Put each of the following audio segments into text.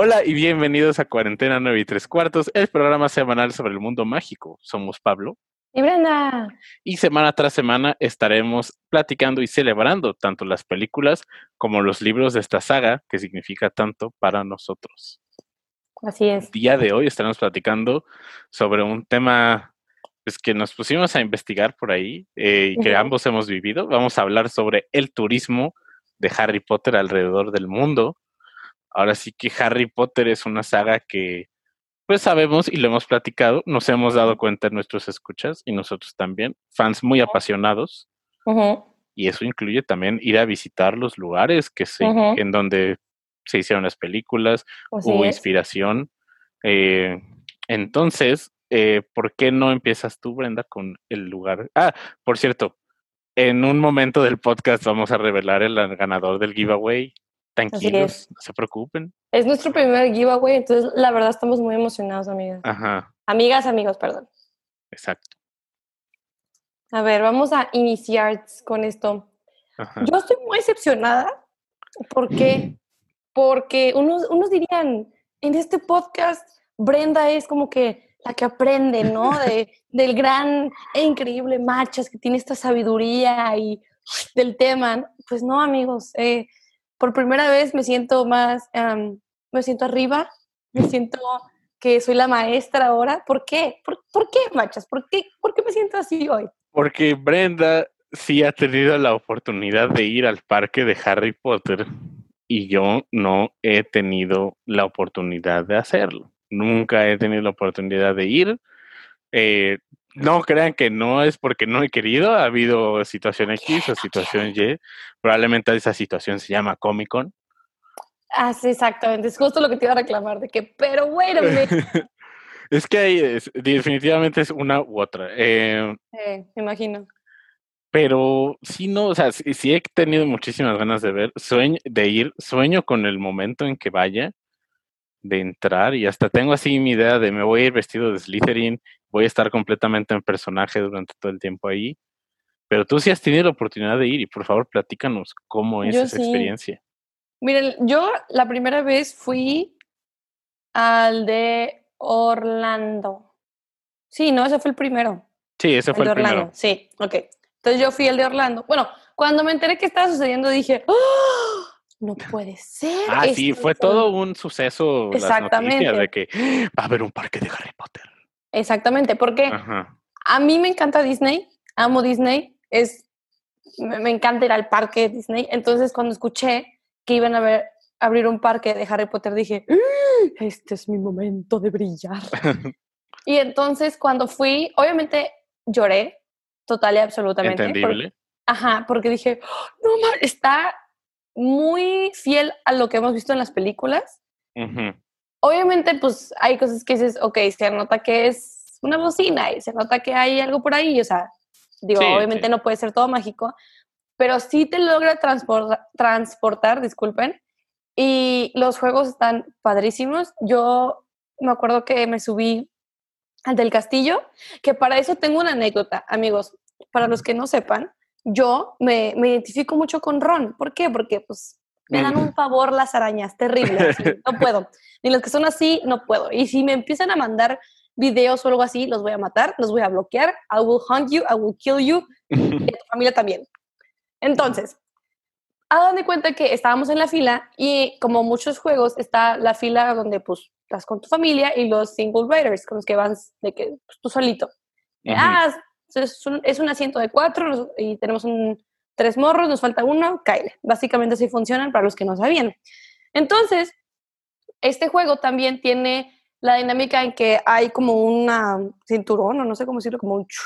Hola y bienvenidos a Cuarentena 9 y 3/4, el programa semanal sobre el mundo mágico. Somos Pablo Y Brenda. y semana tras semana estaremos platicando y celebrando tanto las películas como los libros de esta saga que significa tanto para nosotros. Así El es. día de hoy estaremos platicando sobre un tema pues, que nos pusimos a investigar por ahí y que ambos hemos vivido. Vamos a hablar sobre el turismo de Harry Potter alrededor del mundo. Ahora sí que Harry Potter es una saga que pues sabemos y lo hemos platicado, nos hemos dado cuenta en nuestros escuchas y nosotros también, fans muy apasionados, y eso incluye también ir a visitar los lugares en donde se hicieron las películas, Así hubo es. inspiración. Entonces, ¿por qué no empiezas tú, Brenda, con el lugar? Ah, por cierto, en un momento del podcast vamos a revelar el ganador del giveaway. Así Tranquilos, es. no se preocupen. Es nuestro primer giveaway, entonces la verdad estamos muy emocionados, amigas. Ajá, Amigos, perdón. exacto. A ver, vamos a iniciar con esto. Ajá. Yo estoy muy decepcionada. ¿Por qué? Porque unos dirían, en este podcast, Brenda es como que la que aprende, ¿no? Del gran e increíble Machas, que tiene esta sabiduría y del tema. Pues no, amigos. Por primera vez me siento me siento arriba, me siento que soy la maestra ahora. ¿Por qué? ¿Por qué, Machas? ¿Por qué me siento así hoy? Porque Brenda sí ha tenido la oportunidad de ir al parque de Harry Potter y yo no he tenido la oportunidad de hacerlo. Nunca he tenido la oportunidad de ir. Eh, no crean que no es porque no he querido. Ha habido situación X o situación Y. Probablemente esa situación se llama Comic Con. Ah, sí, exactamente. Es justo lo que te iba a reclamar, de que, pero wait a minute. Es que definitivamente es una u otra. Me imagino. Pero sí, no, o sea, sí he tenido muchísimas ganas de ir, sueño con el momento en que vaya, de entrar, y hasta tengo así mi idea de me voy a ir vestido de Slytherin, voy a estar completamente en personaje durante todo el tiempo ahí. Pero tú sí has tenido la oportunidad de ir y por favor platícanos cómo es Yo esa sí. experiencia. Miren, yo la primera vez fui al de Orlando. Sí, no, ese fue el primero. Sí, ese El fue de el Orlando, primero. sí, ok. Entonces yo fui al de Orlando. Bueno, cuando me enteré que estaba sucediendo dije, ¡oh! No puede ser Ah, sí, esto. fue todo un suceso las noticias de Exactamente, que va a haber un parque de Harry Potter. exactamente, porque Ajá. a mí me encanta Disney, amo Disney, me encanta ir al parque de Disney. Entonces cuando escuché que iban a abrir un parque de Harry Potter dije, este es mi momento de brillar. Y entonces cuando fui, obviamente lloré total y absolutamente. Entendible. Porque dije, no, está muy fiel a lo que hemos visto en las películas. Ujú. Obviamente, pues hay cosas que dices, ok, se nota que es una bocina y se nota que hay algo por ahí. O sea, digo, Sí, obviamente sí. no puede ser todo mágico, pero sí te logra transportar, disculpen, y los juegos están padrísimos. Yo me acuerdo que me subí al del castillo, que para eso tengo una anécdota, amigos. Para los que no sepan, yo me identifico mucho con Ron. ¿Por qué? Porque pues me dan un pavor las arañas, terrible, así, no puedo. Ni los que son así, no puedo. Y si me empiezan a mandar videos o algo así, los voy a matar, los voy a bloquear. I will hunt you, I will kill you, y a tu familia también. Entonces, hagan de cuenta que estábamos en la fila y como muchos juegos está la fila donde pues estás con tu familia y los single riders con los que van de que pues, tú solito. Es un asiento de 4 y tenemos 3 morros, nos falta uno, Kyle. Básicamente así funcionan para los que no sabían. Entonces, este juego también tiene la dinámica en que hay como una cinturón, o no sé cómo decirlo, como un...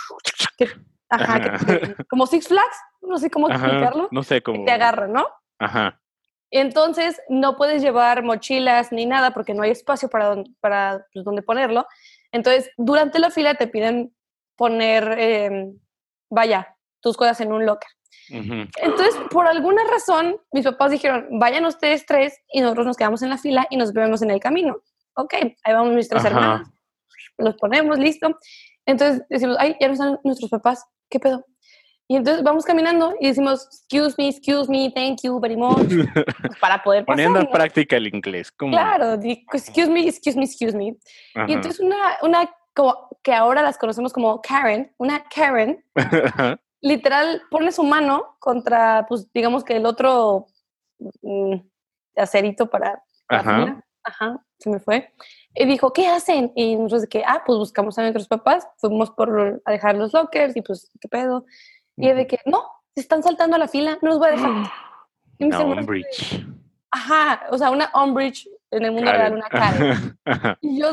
como Six Flags, no sé cómo Ajá, explicarlo, no sé que te cómo. agarra, ¿no? Ajá. Entonces, no puedes llevar mochilas ni nada porque no hay espacio para pues, donde ponerlo. Entonces, durante la fila te piden poner, tus cosas en un locker. Ujú. Entonces, por alguna razón, mis papás dijeron, vayan ustedes 3 y nosotros nos quedamos en la fila y nos vemos en el camino. Ok, ahí vamos mis 3 hermanos, Ajá. los ponemos, listo. Entonces decimos, ay, ya no están nuestros papás, ¿qué pedo? Y entonces vamos caminando y decimos, excuse me, thank you very much, pues para poder pasar, Poniendo en ¿no? práctica el inglés, ¿cómo no? Claro, excuse me. Y Ajá. entonces una como que ahora las conocemos como Karen, una Karen, literal pone su mano contra, pues digamos que el otro acerito para la Ajá. fila. Ajá, se me fue. Y dijo, ¿qué hacen? Y nosotros de que, pues buscamos a nuestros papás, fuimos a dejar los lockers y pues, ¿qué pedo? Y de que, no, se están saltando a la fila, no los voy a dejar. Y mis Una hermanos, Umbridge. ajá, o sea, una Umbridge en el mundo real, Karen. una Karen. Ajá. Y yo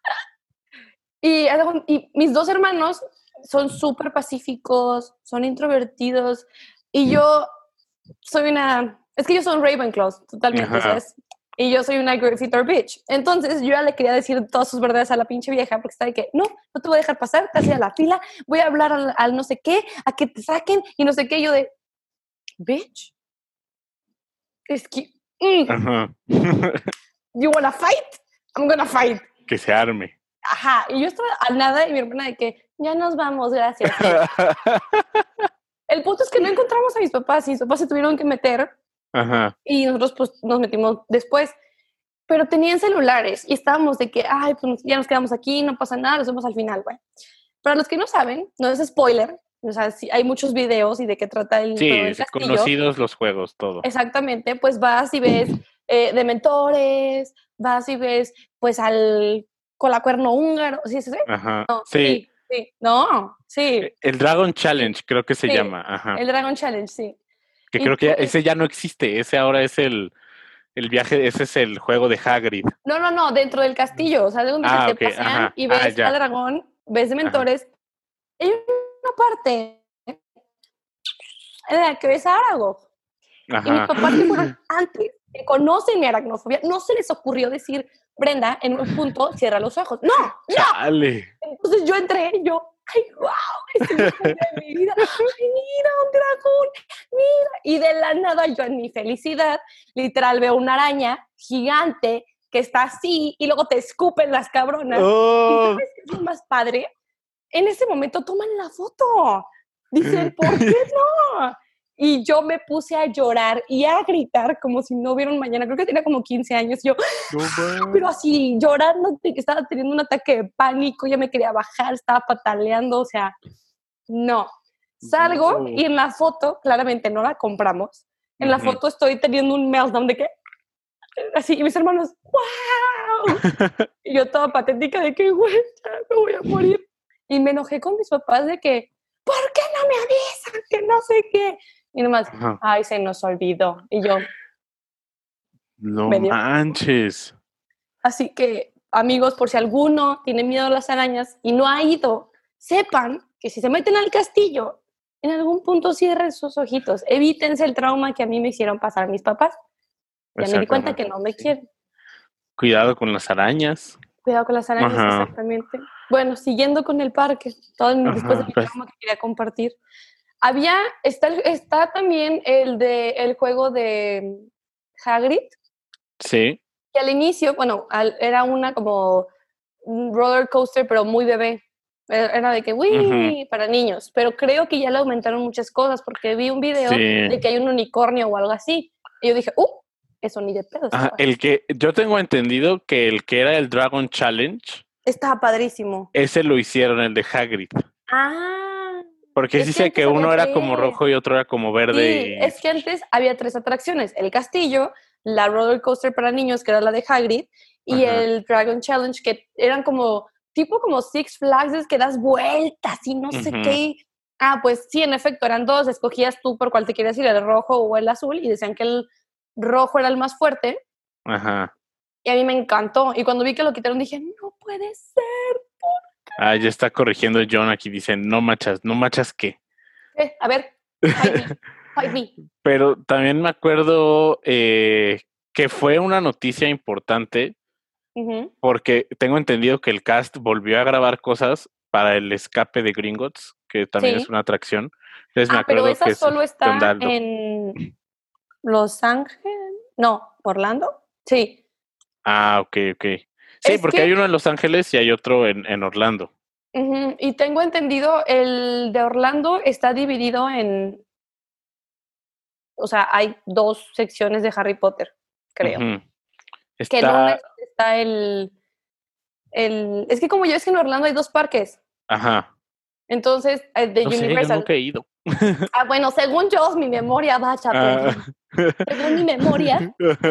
y mis dos hermanos son súper pacíficos, son introvertidos, y yo es que ellos son Ravenclaws, totalmente, Ajá. ¿sabes? Y yo soy una Gryffindor bitch. Entonces yo ya le quería decir todas sus verdades a la pinche vieja, porque está de que, no te voy a dejar pasar, te a la fila, voy a hablar al no sé qué, a que te saquen, y no sé qué, yo de, bitch, es que, Ajá. you wanna fight? I'm gonna fight. Que se arme. Ajá, y yo estaba a nada, y mi hermana de que, ya nos vamos, gracias. El punto es que no encontramos a mis papás, y mis papás se tuvieron que meter, Ajá. y nosotros pues nos metimos después, pero tenían celulares, y estábamos de que, pues ya nos quedamos aquí, no pasa nada, nos vemos al final, güey. Para los que no saben, no es spoiler, o sea, sí, hay muchos videos y de qué trata el juego del Sí, castillo. conocidos los juegos, todo. Exactamente, pues vas y ves Dementores, vas y ves pues al Colacuerno húngaro, ¿sí es ese? Ajá. No, Sí. sí, no, sí. El Dragon Challenge, creo que se Sí, llama. Ajá. el Dragon Challenge, sí. Que Y creo que pues, ese ya no existe. Ese ahora es el viaje, ese es el juego de Hagrid. no, dentro del castillo, o sea, de donde que te Ok, pasean ajá. y ves al Ya. dragón, ves Ajá. Dementores. Hay una parte en la que ves a Aragog. Y mis Ajá. papás que fueron antes, que conocen mi aracnofobia, no se les ocurrió decir, Brenda, en un punto, cierra los ojos. ¡No! Chale. Entonces yo entré y yo, ¡ay, wow! Es el mejor día de mi vida. ¡Ay, mira, un dragón! ¡Mira! Y de la nada yo en mi felicidad, literal, veo una araña gigante que está así y luego te escupen las cabronas. ¿Y Oh. sabes qué es lo más padre? En ese momento toman la foto. Dicen, ¿por qué no? Y yo me puse a llorar y a gritar como si no hubiera un mañana. Creo que tenía como 15 años. Yo, pero así llorando, que estaba teniendo un ataque de pánico, ya me quería bajar, estaba pataleando, o sea, no. Salgo y en la foto, claramente no la compramos. En la foto estoy teniendo un meltdown de que, así, y mis hermanos, ¡wow! Y yo toda patética de que, güey, ya me voy a morir. Y me enojé con mis papás de que, ¿por qué no me avisan? Que no sé qué. Y nomás, ay, se nos olvidó. Y yo, No medio. manches. Así que, amigos, por si alguno tiene miedo a las arañas y no ha ido, sepan que si se meten al castillo, en algún punto cierren sus ojitos. Evítense el trauma que a mí me hicieron pasar mis papás. Ya me di cuenta que no me quieren. Cuidado con las arañas. Cuidado con las arañas, Ajá. exactamente. Bueno, siguiendo con el parque, después de mi trauma que quería compartir. Está también el juego de Hagrid. Sí. Que al inicio, bueno, era una como un roller coaster, pero muy bebé. Era de que, uy, para niños. Pero creo que ya le aumentaron muchas cosas porque vi un video de que hay un unicornio o algo así. Y yo dije, eso ni de pedo. El que yo tengo entendido que el que era el Dragon Challenge estaba padrísimo. Ese lo hicieron el de Hagrid. Porque dice que uno era como rojo y otro era como verde. Sí, es que antes había 3 atracciones: el castillo, la roller coaster para niños, que era la de Hagrid, y el Dragon Challenge, que eran como tipo como Six Flags, que das vueltas y no sé qué. Pues sí, en efecto, eran 2, escogías tú por cuál te querías ir, el rojo o el azul, y decían que el rojo era el más fuerte. Y a mí me encantó. Y cuando vi que lo quitaron dije, no puede ser. Ya está corrigiendo John aquí, dice, no machas qué. A ver, fight me. Pero también me acuerdo que fue una noticia importante porque tengo entendido que el cast volvió a grabar cosas para el escape de Gringotts, que también es una atracción. Entonces me acuerdo pero esa que solo está Donaldo. en Los Ángeles, no, Orlando, sí. Ok. Sí, porque hay uno en Los Ángeles y hay otro en Orlando. Y tengo entendido, el de Orlando está dividido o sea, hay 2 secciones de Harry Potter, creo. Ujú. Que en una Está, está es que como yo es que en Orlando hay 2 parques. ajá, Entonces, de no sé, yo Universal. nunca he ido. Bueno, según yo, mi memoria, vaya, Ah. perdón. Según mi memoria,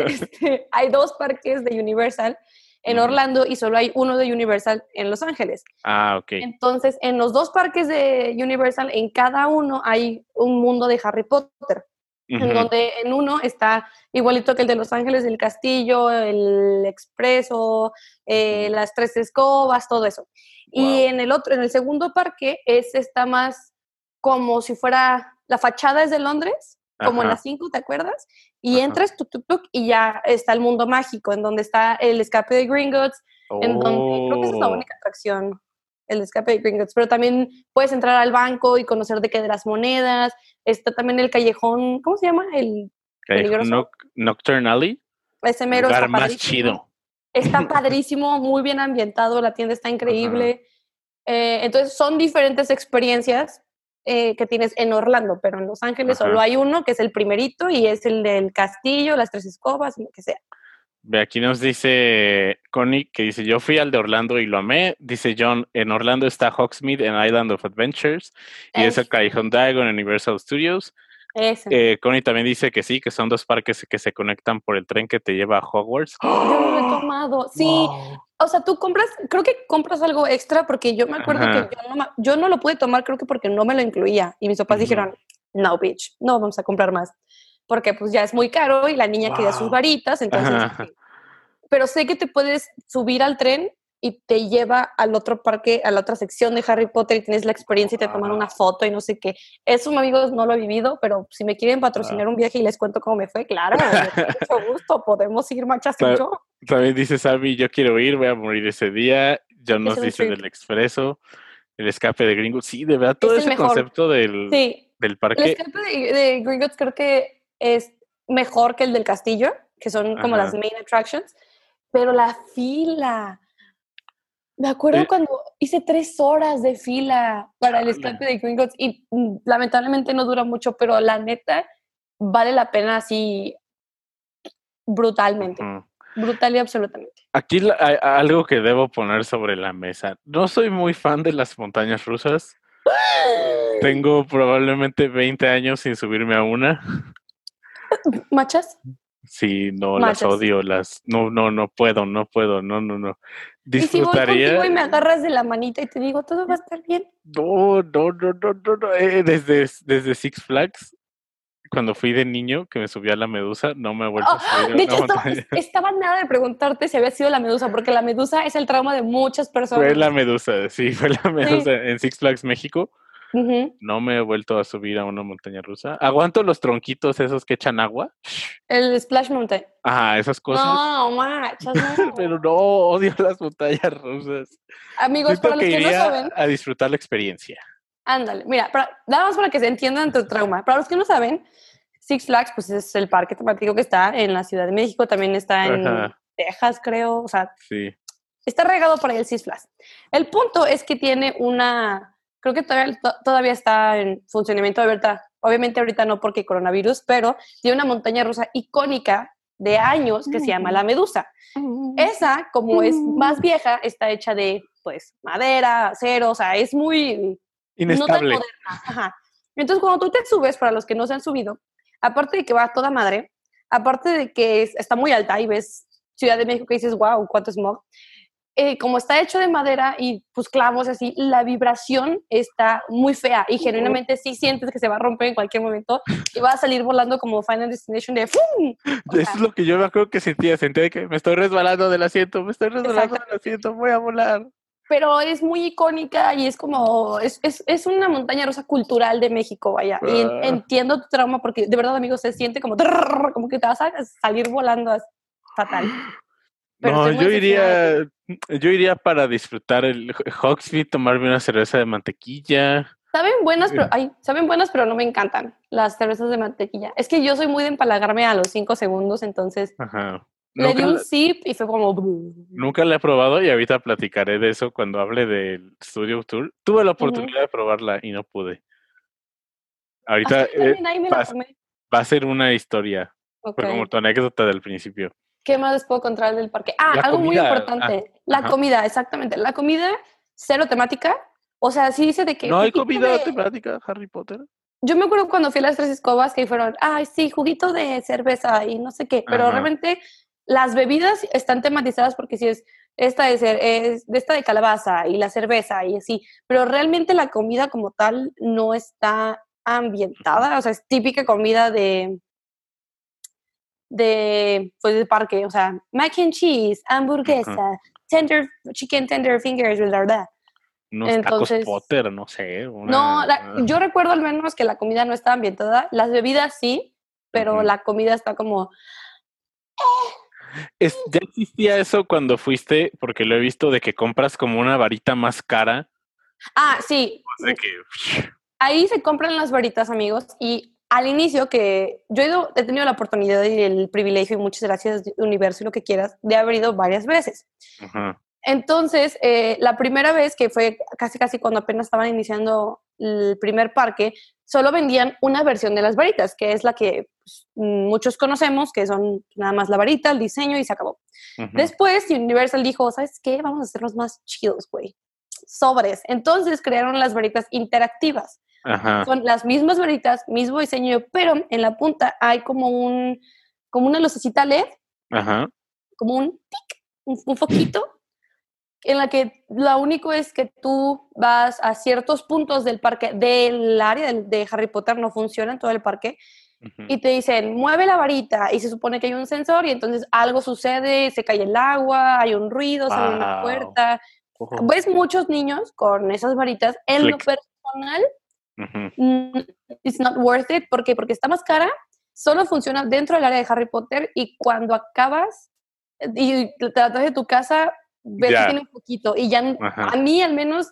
hay 2 parques de Universal en Ujú. Orlando y solo hay uno de Universal en Los Ángeles. Ah, ok. Entonces, en los 2 parques de Universal, en cada uno hay un mundo de Harry Potter, en Ujú. donde en uno está igualito que el de Los Ángeles, el castillo, el expreso, Ujú. las 3 escobas, todo eso. Y Wow. en el otro, en el segundo parque, está más como si fuera, la fachada es de Londres, como en las Ajá, 5, ¿te acuerdas? Y ajá. entras, tuk, tuk, tuk, y ya está el mundo mágico, en donde está el escape de Gringotts, en donde creo que esa es la Oh, única atracción, el escape de Gringotts, pero también puedes entrar al banco y conocer de qué de las monedas. Está también el callejón, ¿cómo se llama? El Callejón peligroso. Nocturne Alley, Ese el mero lugar está más padrísimo. chido. Está padrísimo, muy bien ambientado, la tienda está Ajá, increíble. Entonces son diferentes experiencias que tienes en Orlando, pero en Los Ángeles solo ajá. hay uno, que es el primerito, y es el del castillo, las 3 escobas, lo que sea. Ve, aquí nos dice Connie que dice, yo fui al de Orlando y lo amé. Dice John, en Orlando está Hogsmeade en Island of Adventures y es el Ese, Callejón Diagon en Universal Studios. ese. Connie también dice que sí, que son 2 parques que se conectan por el tren que te lleva a Hogwarts. Yo no lo he ¡Oh! tomado. Sí, ¡Wow! o sea, tú compras, creo que compras algo extra porque yo me acuerdo que Ajá. yo no lo pude tomar, creo que porque no me lo incluía. Y mis papás Ujú. dijeron, no, bitch, no vamos a comprar más. Porque pues ya es muy caro y la niña quería sus ¡Wow! varitas, entonces Ajá. sí. Pero sé que te puedes subir al tren y te lleva al otro parque, a la otra sección de Harry Potter y tienes la experiencia y te toman una foto y no sé qué. Eso, amigos, no lo he vivido, pero si me quieren Wow. patrocinar un viaje y les cuento cómo me fue, claro, yo con mucho gusto, podemos ir Machas y Ta- yo. También dice Sammy, yo quiero ir, voy a morir ese día. John nos Es un dice trip. del expreso, el escape de Gringo. Sí, de verdad, todo Es el ese mejor. concepto Sí. del El parque. escape de Gringotts creo que es mejor que el del castillo, que son como las Ajá. main attractions, pero la fila. Me acuerdo Eh, cuando hice 3 horas de fila para el chale. escape de Gringotts y lamentablemente no dura mucho, pero la neta vale la pena así brutalmente. Ujú. Brutal y absolutamente. Aquí hay algo que debo poner sobre la mesa. No soy muy fan de las montañas rusas. Tengo probablemente 20 años sin subirme a una. ¿Machas? Sí, no, las Machas. odio, no, no, no puedo, no puedo, no, no, no. Y si voy contigo Disfrutaría. y me agarras de la manita y te digo, todo va a estar bien. No, no, no, no, no, no. Desde Six Flags, cuando fui de niño, que me subí a la Medusa, no me he vuelto a subir a De una hecho, montaña. estaba nada de preguntarte si había sido la medusa, porque la medusa es el trauma de muchas Fue la personas. Medusa, sí, fue la Medusa Sí. en Six Flags México. Ujú. No me he vuelto a subir a una montaña rusa. Aguanto los tronquitos esos que echan agua. El Splash Mountain. Ajá, esas cosas. No, machas, no. Pero no, odio las montañas rusas. Amigos, Siento para que los que no iría saben, a disfrutar la experiencia. ándale, mira, nada más para que se entiendan tu trauma. Para los que no saben, Six Flags, pues es el parque temático que está en la Ciudad de México, también está en Ajá, Texas, creo, o sea, sí. está regado por ahí el Six Flags. El punto es que tiene creo que todavía está en funcionamiento abierta, obviamente ahorita no porque coronavirus, pero tiene una montaña rusa icónica de años que se llama La Medusa. Esa, como es más vieja, está hecha de, pues, madera, acero, o sea, es muy, no tan Inestable. moderna. Ajá. Entonces, cuando tú te subes, para los que no se han subido, aparte de que va a toda madre, aparte de que está muy alta y ves Ciudad de México que dices, wow, cuánto smog, como está hecho de madera y pues clavos así, la vibración está muy fea y genuinamente sí sientes que se va a romper en cualquier momento y va a salir volando como Final Destination de ¡fum! O Eso es sea, lo que yo me acuerdo que sentía de que me estoy resbalando del asiento, me estoy resbalando del exactamente. asiento, voy a volar. Pero es muy icónica y es como, es una montaña rusa cultural de México, vaya. Y Ah, entiendo tu trauma porque de verdad, amigo, se siente como, como que te vas a salir volando fatal. Pero no, estoy muy decepcionada de ti. yo iría para disfrutar el Hogsmeade, tomarme una cerveza de mantequilla. Saben buenas, pero no me encantan las cervezas de mantequilla. Es que yo soy muy de empalagarme a los 5 segundos, entonces Ajá. Le di Nunca, un sip y fue como... nunca la he probado y ahorita platicaré de eso cuando hable del Studio Tour. Tuve la Ujú. oportunidad de probarla y no pude. Hasta Ahorita yo también ahí me la va, tomé. va a ser una historia. Ok. Fue como tu anécdota del principio. ¿Qué más les puedo contar del parque? Ah, La algo muy comida. importante. La Ajá. comida, exactamente. La comida, cero temática. O sea, sí dice de que ¿No hay juguito comida de... temática Harry Potter? Yo me acuerdo cuando fui a las Tres Escobas que fueron, ay, sí, juguito de cerveza y no sé qué, pero Ajá. realmente las bebidas están tematizadas porque si es es de esta de calabaza y la cerveza y así, pero realmente la comida como tal no está ambientada, o sea, es típica comida pues, de parque, o sea, mac and cheese, Ajá. hamburguesa, tender, chicken tender fingers, bla, bla, bla. Unos tacos Entonces, Potter, no sé, no, una... yo recuerdo al menos que la comida no está ambientada, las bebidas sí, pero Ujú. la comida está como, Ya existía eso cuando fuiste, porque lo he visto de que compras como una varita más cara, ah, sí, pues de que... ahí se compran las varitas, amigos, y al inicio que yo he tenido la oportunidad y el privilegio, y muchas gracias, universo y lo que quieras, de haber ido varias veces. Ajá. Entonces, la primera vez que fue casi casi cuando apenas estaban iniciando el primer parque, solo vendían una versión de las varitas, que es la que pues, muchos conocemos, que son nada más la varita, el diseño y se acabó. Ujú. Después Universal dijo, ¿sabes qué? Vamos a hacerlos más chidos, güey. Sobres. Entonces crearon las varitas interactivas. Ajá. Son las mismas varitas, mismo diseño, pero en la punta hay como una lucecita LED, Ajá. como un tic, un foquito en la que lo único es que tú vas a ciertos puntos del parque, del área de Harry Potter, no funciona en todo el parque, Ujú. y te dicen, mueve la varita, y se supone que hay un sensor, y entonces algo sucede, se cae el agua, hay un ruido, se abre una Wow. puerta. Oh. Ves muchos niños con esas varitas. En lo Flex. personal, Ujú. it's not worth it. ¿Por qué? Porque está más cara, solo funciona dentro del área de Harry Potter, y cuando acabas y te la traes de tu casa, ves que Ya. tiene un poquito. Y ya, Ajá. a mí al menos,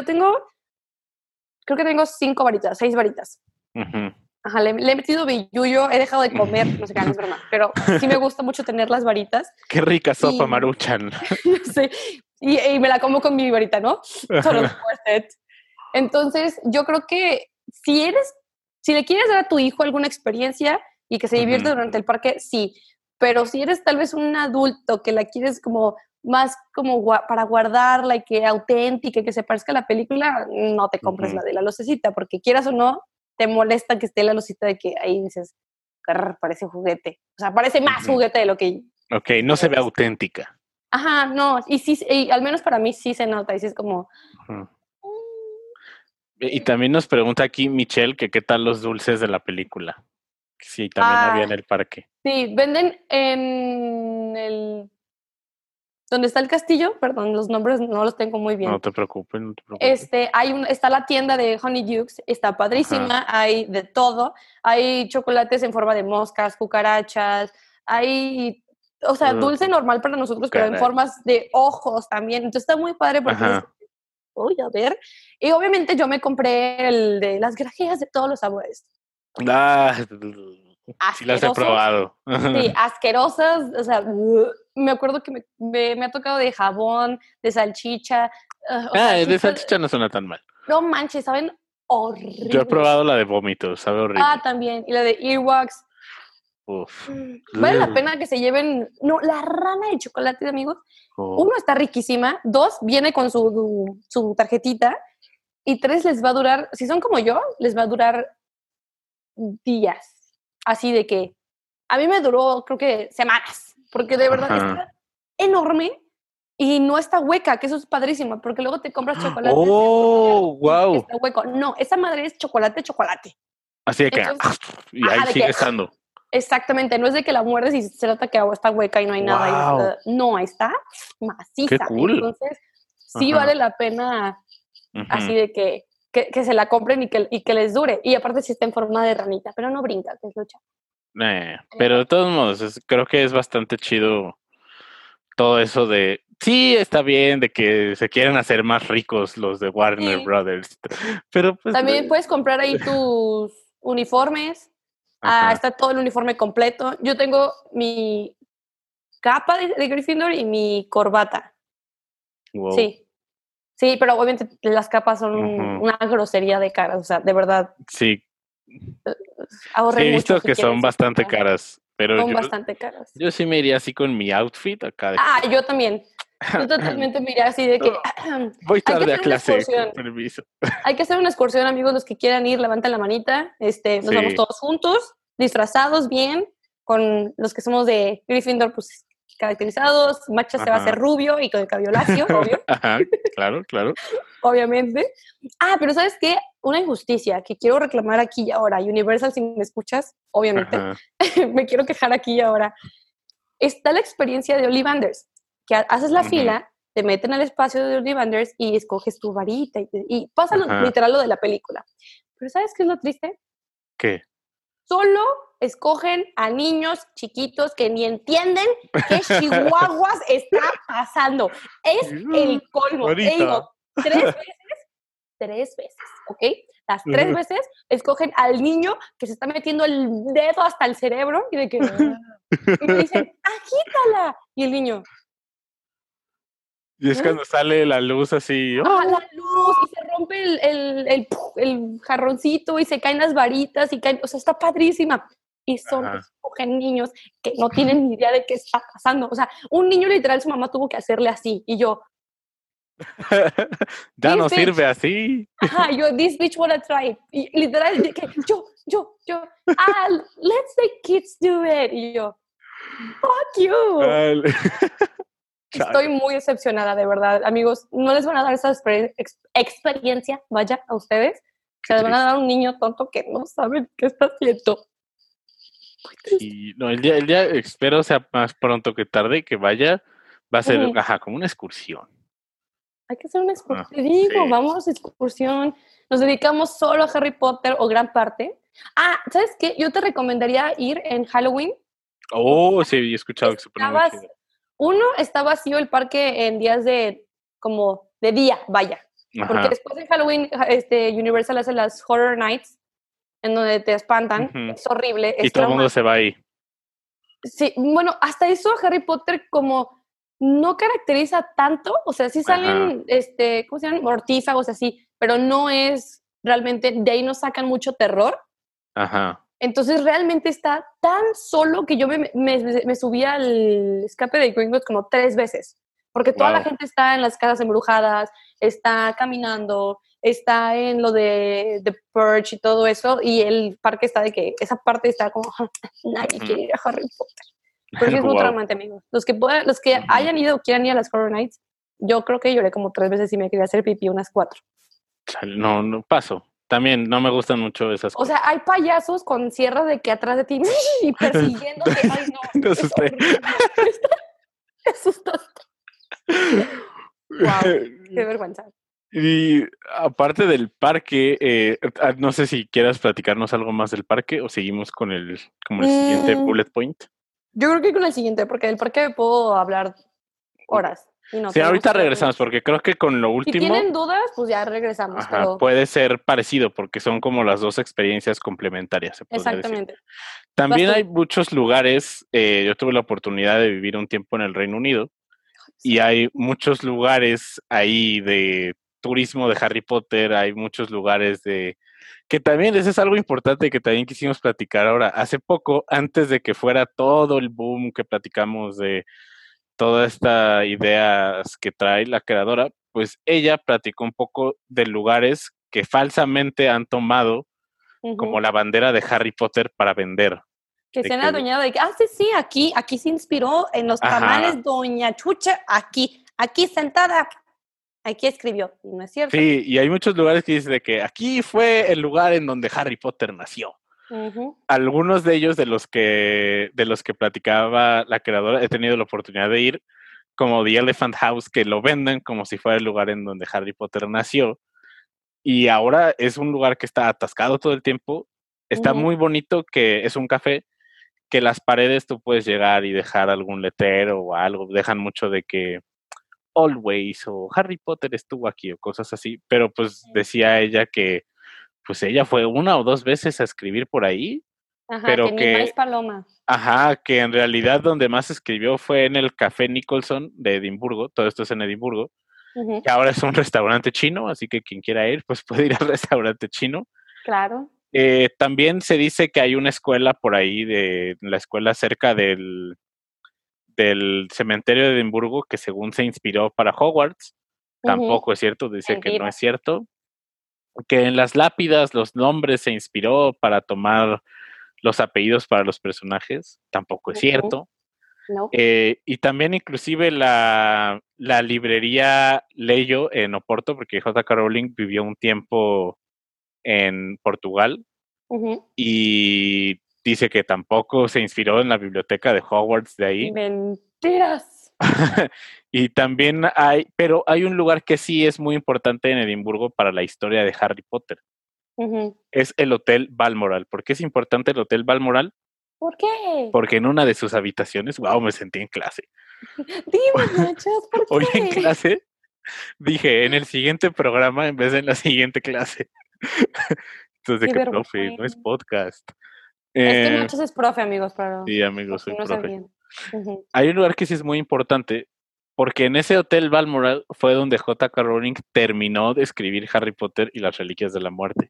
creo que tengo 5 varitas, 6 varitas. Ujú. Ajá, le he metido billullo, he dejado de comer, no sé qué, no es broma, pero sí me gusta mucho tener las varitas Qué rica sopa y, Maruchan. no sé, y me la como con mi varita, ¿no? Solo es worth it. Entonces, yo creo que si le quieres dar a tu hijo alguna experiencia y que se divierte Ujú. durante el parque, sí, pero si eres tal vez un adulto que la quieres como más como para guardarla y que auténtica, y que se parezca a la película, no te compres Ujú. la de la lucecita, porque quieras o no, te molesta que esté la lucita de que ahí dices, "Grr, parece juguete". O sea, parece más Ujú. juguete de lo que Ok, no se ve es. auténtica. Ajá, no, y sí, y al menos para mí sí se nota, y sí es como, Ujú. "Mm". Y también nos pregunta aquí Michelle que qué tal los dulces de la película. Sí, también había en Ah, el parque. sí, venden en el donde está el castillo, perdón, los nombres no los tengo muy No bien. te preocupes, no te preocupes. Está la tienda de Honeydukes, está Ajá. padrísima, hay de todo, hay chocolates en forma de moscas, cucarachas, hay, o sea, dulce normal para nosotros, pero en Cucaracha. formas de ojos también. Entonces está muy padre porque dices, Ajá. uy, a ver. Y obviamente yo me compré el de las grajeas de todos los sabores. Ah, sí las he Asquerosos, probado. sí, asquerosas, o sea, me acuerdo que me ha tocado de jabón, de salchicha, o sea, sí De fue, salchicha no suena tan mal. no manches, saben Yo he probado horribles. la de vómitos, sabe Ah, horrible. también, y la de earwax. Uf. Vale la Ugh. pena que se lleven, no, la rana de chocolate, amigos. Oh. Uno, está riquísima. Dos, viene con su tarjetita. Y tres, les va a durar, si son como yo, les va a durar días. Así de que a mí me duró, creo que semanas, porque de verdad Ajá. está enorme y no está hueca, que eso es padrísimo, porque luego te compras chocolates en forma de Oh, arcoíris que wow. está hueco. No, esa madre es chocolate, chocolate. Así de que, Entonces, y ahí ajá, de que sigue estando. exactamente, no es de que la muerdes y se nota que está hueca y no hay nada. Wow, No, ahí está qué maciza. cool. Entonces, sí Ajá. vale la pena Ujú. así de que se la compren y que les dure. Y aparte si está en forma de ranita, pero no brinca, que es lo chato. Pero de todos modos, creo que es bastante chido todo eso de, sí, está bien de que se quieren hacer más ricos los de Warner Sí. Brothers, pero pues, También puedes comprar ahí tus uniformes. Ah, ajá, está todo el uniforme completo. Yo tengo capa de Gryffindor y mi corbata. Wow. Sí, pero obviamente las capas son Ujú. una grosería de caras, o sea, de verdad, Sí, ahorren he mucho visto si que quieren son su bastante capa. caras, pero Son bastante caras. yo sí me iría así con mi outfit acá de Ah, yo también. Yo totalmente miré así de que voy hay que tarde a hacer una clase, con excursión. permiso. Hay que hacer una excursión, amigos, los que quieran ir, levanten la manita. Nos vamos Sí, todos juntos, disfrazados bien, con los que somos de Gryffindor, pues caracterizados. Macha se va a hacer ajá. rubio y con el cabello lacio, obvio, Ajá, claro, claro. obviamente. Ah, pero ¿sabes qué? Una injusticia que quiero reclamar aquí y ahora. Universal, si me escuchas, obviamente, Ajá. me quiero quejar aquí y ahora. Está la experiencia de Ollivanders, que haces la Ujú, fila, te meten al espacio de Ollivanders y escoges tu varita y pasa ajá. literal lo de la película. Pero ¿sabes qué es lo triste? ¿Qué? Solo escogen a niños chiquitos que ni entienden qué chihuahuas está pasando. Es el colmo. Te Ahorita. digo, tres veces, ¿ok? Las tres veces escogen al niño que se está metiendo el dedo hasta el cerebro y de que... Y me dicen, agítala. Y el niño, Y es ¿eh? cuando sale la luz así. Ah, ¡Oh! la luz y se rompe el jarroncito y se caen las varitas y caen, o sea, está padrísima. Y son, Ajá. escogen niños que no tienen ni idea de qué está pasando. O sea, un niño literal, su mamá tuvo que hacerle así. Y yo, Ya this no bitch, sirve así. ajá, yo, this bitch wanna try it. Y literal, de que let's the kids do it. Y yo, fuck you. Dale. Estoy Chale. muy decepcionada, de verdad. Amigos, no les van a dar esa experiencia, vaya, a ustedes. Se Qué les van a triste. dar a un niño tonto que no sabe qué está haciendo. Muy triste. Sí, no, el día espero sea más pronto que tarde que vaya. Va a ser, Ujú. ajá, como una excursión. Hay que hacer una excursión. Ah, Te digo, sí. vamos a excursión. Nos dedicamos solo a Harry Potter o gran parte. Ah, ¿sabes qué? Yo te recomendaría ir en Halloween. Porque Oh, sí, he escuchado que se pone muy chido. está vacío el parque en días de, como, de día, vaya. Porque Ajá. después de Halloween, Universal hace las Horror Nights, en donde te espantan. Ujú. Es horrible, Y es todo el mundo se va traumático. ahí. Sí, bueno, hasta eso Harry Potter como no caracteriza tanto, o sea, sí Ajá. salen, ¿cómo se llaman? Mortífagos así, pero no es realmente, de ahí no sacan mucho terror. Ajá. Entonces realmente está tan solo que yo me subí al escape de Gringotts como 3 veces, porque toda la Wow. gente está en las casas embrujadas, está caminando, está en lo de The Purge y todo eso, y el parque está de que esa parte está como, nadie quiere ir a Harry Potter. Pero sí es muy Wow. traumante, amigos. Los que hayan ido o quieran ir a las Horror Nights, yo creo que lloré como 3 veces y me quería hacer pipí unas 4. Chale, no, no paso. También no me gustan mucho esas O sea, cosas. hay payasos con sierras de que atrás de ti y persiguiéndote. Ay, no, Te es asusté. horrible. Te asustaste. Wow, qué vergüenza. Y aparte del parque, no sé si quieras platicarnos algo más del parque o seguimos con como el siguiente Mm, bullet point. yo creo que con el siguiente, porque del parque puedo hablar horas y no Sí, tenemos ahorita que regresamos dormirnos. porque creo que con lo Si último, tienen dudas, pues ya regresamos, ajá, pero puede ser parecido porque son como las dos experiencias complementarias, se podría decir. exactamente. Vas También hay tú. muchos lugares, yo tuve la oportunidad de vivir un tiempo en el Reino Unido y hay muchos lugares ahí de turismo de Harry Potter, hay muchos lugares de... Que también eso es algo importante que también quisimos platicar ahora. Hace poco, antes de que fuera todo el boom que platicamos de toda esta ideas que trae la creadora, pues ella platicó un poco de lugares que falsamente han tomado como Ujú. la bandera de Harry Potter para vender. Que De se han que, adueñado de que, sí, sí, aquí se inspiró en los ajá, tamales Doña Chucha, aquí sentada, aquí escribió. Y no es cierto. sí, y hay muchos lugares que dicen de que aquí fue el lugar en donde Harry Potter nació. Ujú. Algunos de ellos de los que platicaba la creadora, he tenido la oportunidad de ir, como The Elephant House, que lo venden como si fuera el lugar en donde Harry Potter nació. Y ahora es un lugar que está atascado todo el tiempo. Está Ujú. muy bonito, que es un café, que las paredes tú puedes llegar y dejar algún letrero o algo. Dejan mucho de que Always o Harry Potter estuvo aquí o cosas así. Pero pues decía ella que pues ella fue una o dos veces a escribir por ahí Ajá, pero que ni que, más paloma. ajá, que en realidad donde más escribió fue en el Café Nicholson de Edimburgo, todo esto es en Edimburgo, Ujú, que ahora es un restaurante chino, así que quien quiera ir, pues puede ir al restaurante chino. claro. También se dice que hay una escuela por ahí, de la escuela cerca del cementerio de Edimburgo, que según se inspiró para Hogwarts. Ujú, Tampoco es cierto, dice que no mentira. es cierto. Que en las lápidas los nombres se inspiró para tomar los apellidos para los personajes. Tampoco es Ujú, cierto. no. Y también inclusive la librería Leyo en Oporto, porque J.K. Rowling vivió un tiempo en Portugal Ujú. y dice que tampoco se inspiró en la biblioteca de Hogwarts de ahí. Mentiras. Y también pero hay un lugar que sí es muy importante en Edimburgo para la historia de Harry Potter. Ujú. Es el Hotel Balmoral. ¿Por qué es importante el Hotel Balmoral? ¿Por qué? Porque en una de sus habitaciones, wow, me sentí en clase. Dime, Nachos, ¿por Hoy en qué? clase dije, en el siguiente programa en vez de en la siguiente clase. Entonces, de Qué que, profe, no es vergüenza. podcast. Es que Eh, Nachos es profe, amigos, sí, amigo, por soy si no profe. sabían. Ujú. Hay un lugar que sí es muy importante, porque en ese Hotel Balmoral fue donde J.K. Rowling terminó de escribir Harry Potter y las Reliquias de la Muerte.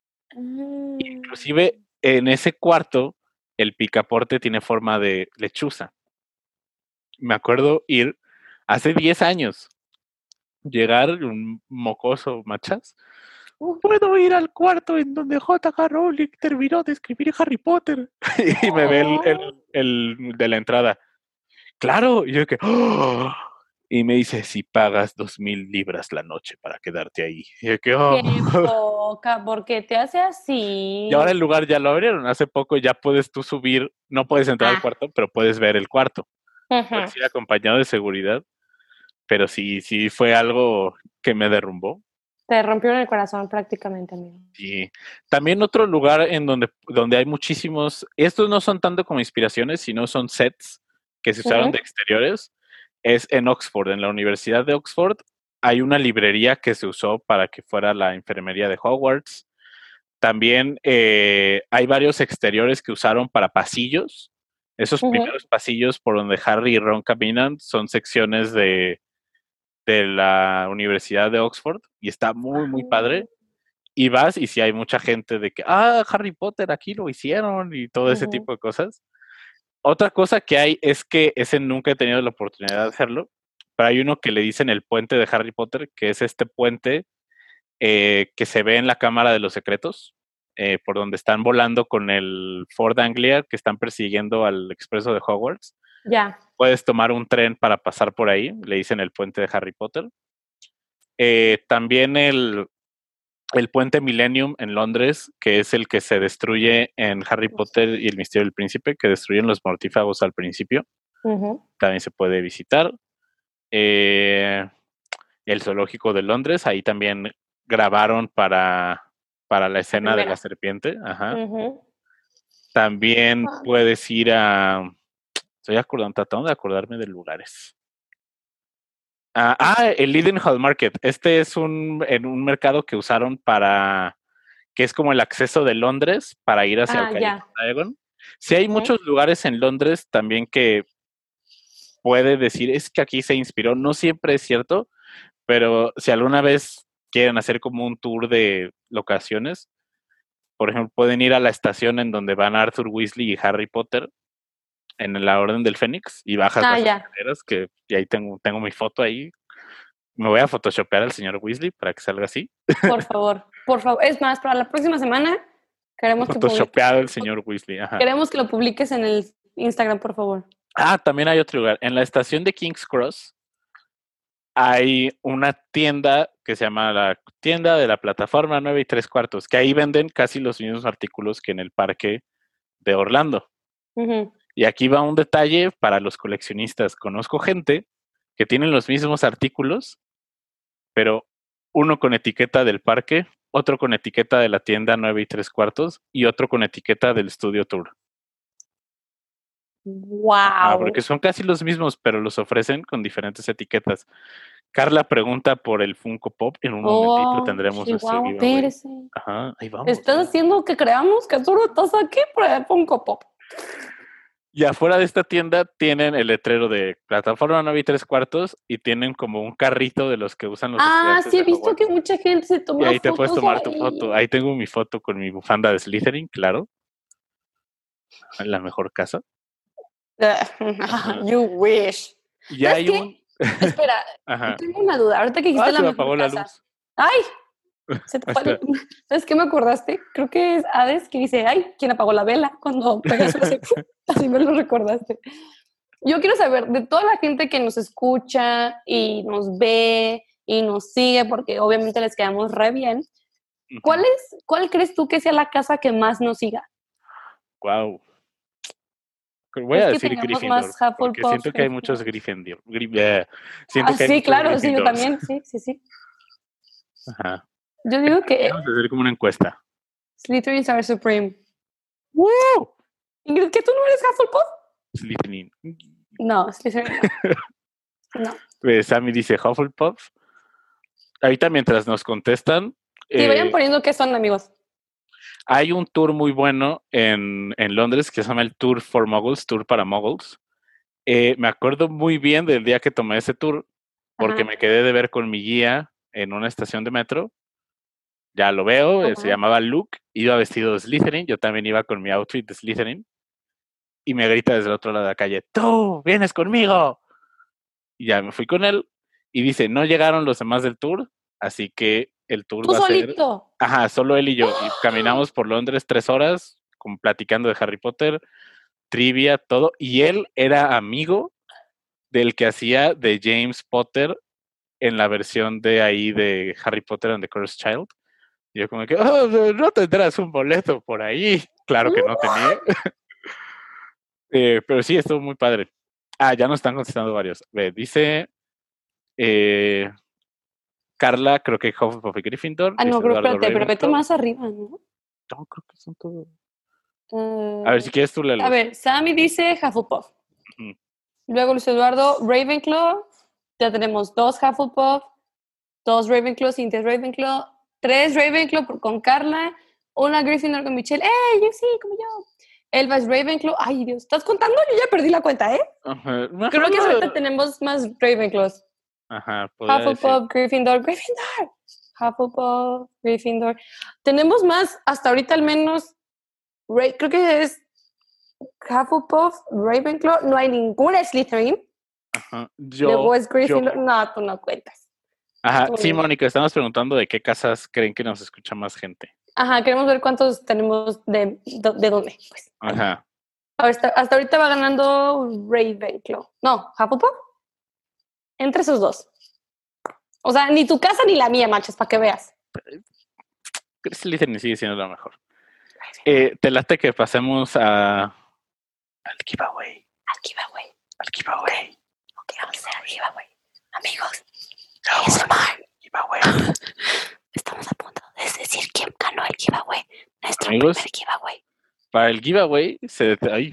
Mm. Inclusive, en ese cuarto, el picaporte tiene forma de lechuza. Me acuerdo ir hace 10 años, llegar un mocoso machas. Uh, Puedo ir al cuarto en donde J.K. Rowling terminó de escribir Harry Potter. Y me ve oh, el de la entrada. Claro, y yo que, ¡oh! Y me dice, si pagas 2,000 libras la noche para quedarte ahí. Y yo que, oh. qué poca, ¿por qué te hace Y ahora el así? lugar ya lo abrieron. Hace poco ya puedes tú subir, no puedes entrar al Ah, cuarto, pero puedes ver el cuarto. ujú. Puedes ir acompañado de seguridad, pero sí, sí fue algo que me derrumbó. Te rompieron el corazón prácticamente, amigo. Y también otro lugar en donde hay muchísimos, estos no son tanto como inspiraciones, sino son sets que se usaron Ujú, de exteriores, es en Oxford, en la Universidad de Oxford. Hay una librería que se usó para que fuera la enfermería de Hogwarts. También hay varios exteriores que usaron para pasillos. Esos ujú. primeros pasillos por donde Harry y Ron caminan son secciones de la Universidad de Oxford y está muy, muy Ah, padre. Y vas y si hay mucha gente de que, Harry Potter, aquí lo hicieron y todo ese ujú. tipo de cosas. Otra cosa que hay es que ese nunca he tenido la oportunidad de hacerlo, pero hay uno que le dicen el puente de Harry Potter, que es este puente que se ve en la Cámara de los Secretos, por donde están volando con el Ford Anglia, que están persiguiendo al expreso de Hogwarts. Ya. Puedes tomar un tren para pasar por ahí, le dicen el puente de Harry Potter. También el puente Millennium en Londres, que es el que se destruye en Harry Potter y el Misterio del Príncipe, que destruyen los mortífagos al principio. Ujú. También se puede visitar. Eh, el zoológico de Londres, ahí también grabaron para la La escena de la primera. serpiente. Ajá. Ujú. También Ah, puedes ir a... Estoy tratando de acordarme de lugares. El Leadenhall Market. Este es en un mercado que usaron que es como el acceso de Londres para ir hacia el ya. Callejón Diagon. Sí hay Ujú. muchos lugares en Londres también que puede decir, es que aquí se inspiró. No siempre es cierto, pero si alguna vez quieren hacer como un tour de locaciones, por ejemplo, pueden ir a la estación en donde van Arthur Weasley y Harry Potter en la Orden del Fénix y bajas las Ya. escaleras, y ahí tengo mi foto ahí. Me voy a photoshopear al señor Weasley para que salga así. Por favor, por favor. Es más, para la próxima semana queremos que publiques, Photoshopeado el señor Weasley, ajá. queremos que lo publiques en el Instagram, por favor. También hay otro lugar. En la estación de King's Cross hay una tienda que se llama la tienda de la plataforma 9 3/4, que ahí venden casi los mismos artículos que en el parque de Orlando. Ujú. Y aquí va un detalle para los coleccionistas. Conozco gente que tienen los mismos artículos, pero uno con etiqueta del parque, otro con etiqueta de la tienda 9 3/4 y otro con etiqueta del Studio Tour. Porque Wow. son casi los mismos, pero los ofrecen con diferentes etiquetas. Carla pregunta por el Funko Pop. En un momentito tendremos nuestro Chihuahua, giveaway. espérese. Ajá, ahí vamos. ¿Estás haciendo que creamos que tú no estás aquí por el Funko Pop? Y afuera de esta tienda tienen el letrero de plataforma 9 y 3/4 y tienen como un carrito de los que usan los estudiantes Sí, he de visto Hogwarts. que mucha gente se Y toma ahí te puedes fotos tomar tu ahí. foto. Ahí tengo mi foto con mi bufanda de Slytherin, claro. En la mejor casa. You wish. Y ya hay qué? un... Espera, Ajá. tengo una duda. Ahorita que dijiste Se la me mejor apagó casa. la luz. ¡Ay! Se te fue. ¿Sabes qué me acordaste? Creo que es Hades que dice, ay, ¿quién apagó la vela? Cuando pegas así me lo recordaste. Yo quiero saber, de toda la gente que nos escucha y nos ve y nos sigue, porque obviamente les quedamos re bien, ¿cuál crees tú que sea la casa que más nos siga? Wow. Voy a decir tengamos Gryffindor, más porque Hufflepuff, siento que hay muchos Gryffindor. Siento que hay Sí, muchos claro, sí, yo Gryffindors. también, sí. Ajá. Yo digo que Vamos a hacer como una encuesta. Slytherins are supreme. ¡Woo! Ingrid, ¿que tú no eres Hufflepuff? Slytherin. No, Slytherin no. Pues Sammy dice Hufflepuff. Ahorita mientras nos contestan... Sí, vayan poniendo que son, amigos. Hay un tour muy bueno en Londres que se llama el Tour for Muggles, Tour para Muggles. Me acuerdo muy bien del día que tomé ese tour porque me quedé de ver con mi guía en una estación de metro. Ya lo veo, se llamaba Luke, iba vestido de Slytherin, yo también iba con mi outfit de Slytherin y me grita desde el otro lado de la calle, ¡tú vienes conmigo! Y ya me fui con él y dice, no llegaron los demás del tour, así que el tour va a ser... Ajá, solo él y yo. Y caminamos por Londres 3 horas platicando de Harry Potter, trivia, todo. Y él era amigo del que hacía de James Potter en la versión de ahí de Harry Potter and the Cursed Child. Y yo como que, no tendrás un boleto por ahí. Claro que no tenía. Pero sí, estuvo muy padre. Ya nos están contestando varios. Dice Carla, creo que Hufflepuff y Gryffindor. No, pero espérate, pero vete más arriba, ¿no? No, creo que son todos. A ver, si quieres tú léelos. A ver, Sammy dice Hufflepuff. Luego Luis Eduardo, Ravenclaw. Ya tenemos 2 Hufflepuff, 2 Ravenclaw, Cintia Ravenclaw, 3 Ravenclaw con Carla, 1 Gryffindor con Michelle. Yo sí, como yo. Elba es Ravenclaw. Ay, Dios, ¿estás contando? Yo ya perdí la cuenta, ¿eh? Ajá. Creo que ahorita tenemos más Ravenclaws. Ajá, Hufflepuff, Gryffindor. Hufflepuff, Gryffindor. Tenemos más, hasta ahorita al menos, creo que es Hufflepuff, Ravenclaw. No hay ninguna Slytherin. Ajá. Luego es Gryffindor. No, tú no cuentas. Ajá, sí, Mónica, estamos preguntando de qué casas creen que nos escucha más gente. Ajá, queremos ver cuántos tenemos de dónde, pues. Ajá. Hasta ahorita va ganando Ravenclaw. No, Hufflepuff. Entre esos dos. O sea, ni tu casa ni la mía, machos, para que veas. Slytherin sigue siendo lo mejor. Te late que pasemos al giveaway. Al giveaway. Ok, vamos a hacer el giveaway. Amigos. Giveaway. Estamos a punto de decir quién ganó el giveaway. Nuestro Amigos, primer giveaway. Para el giveaway se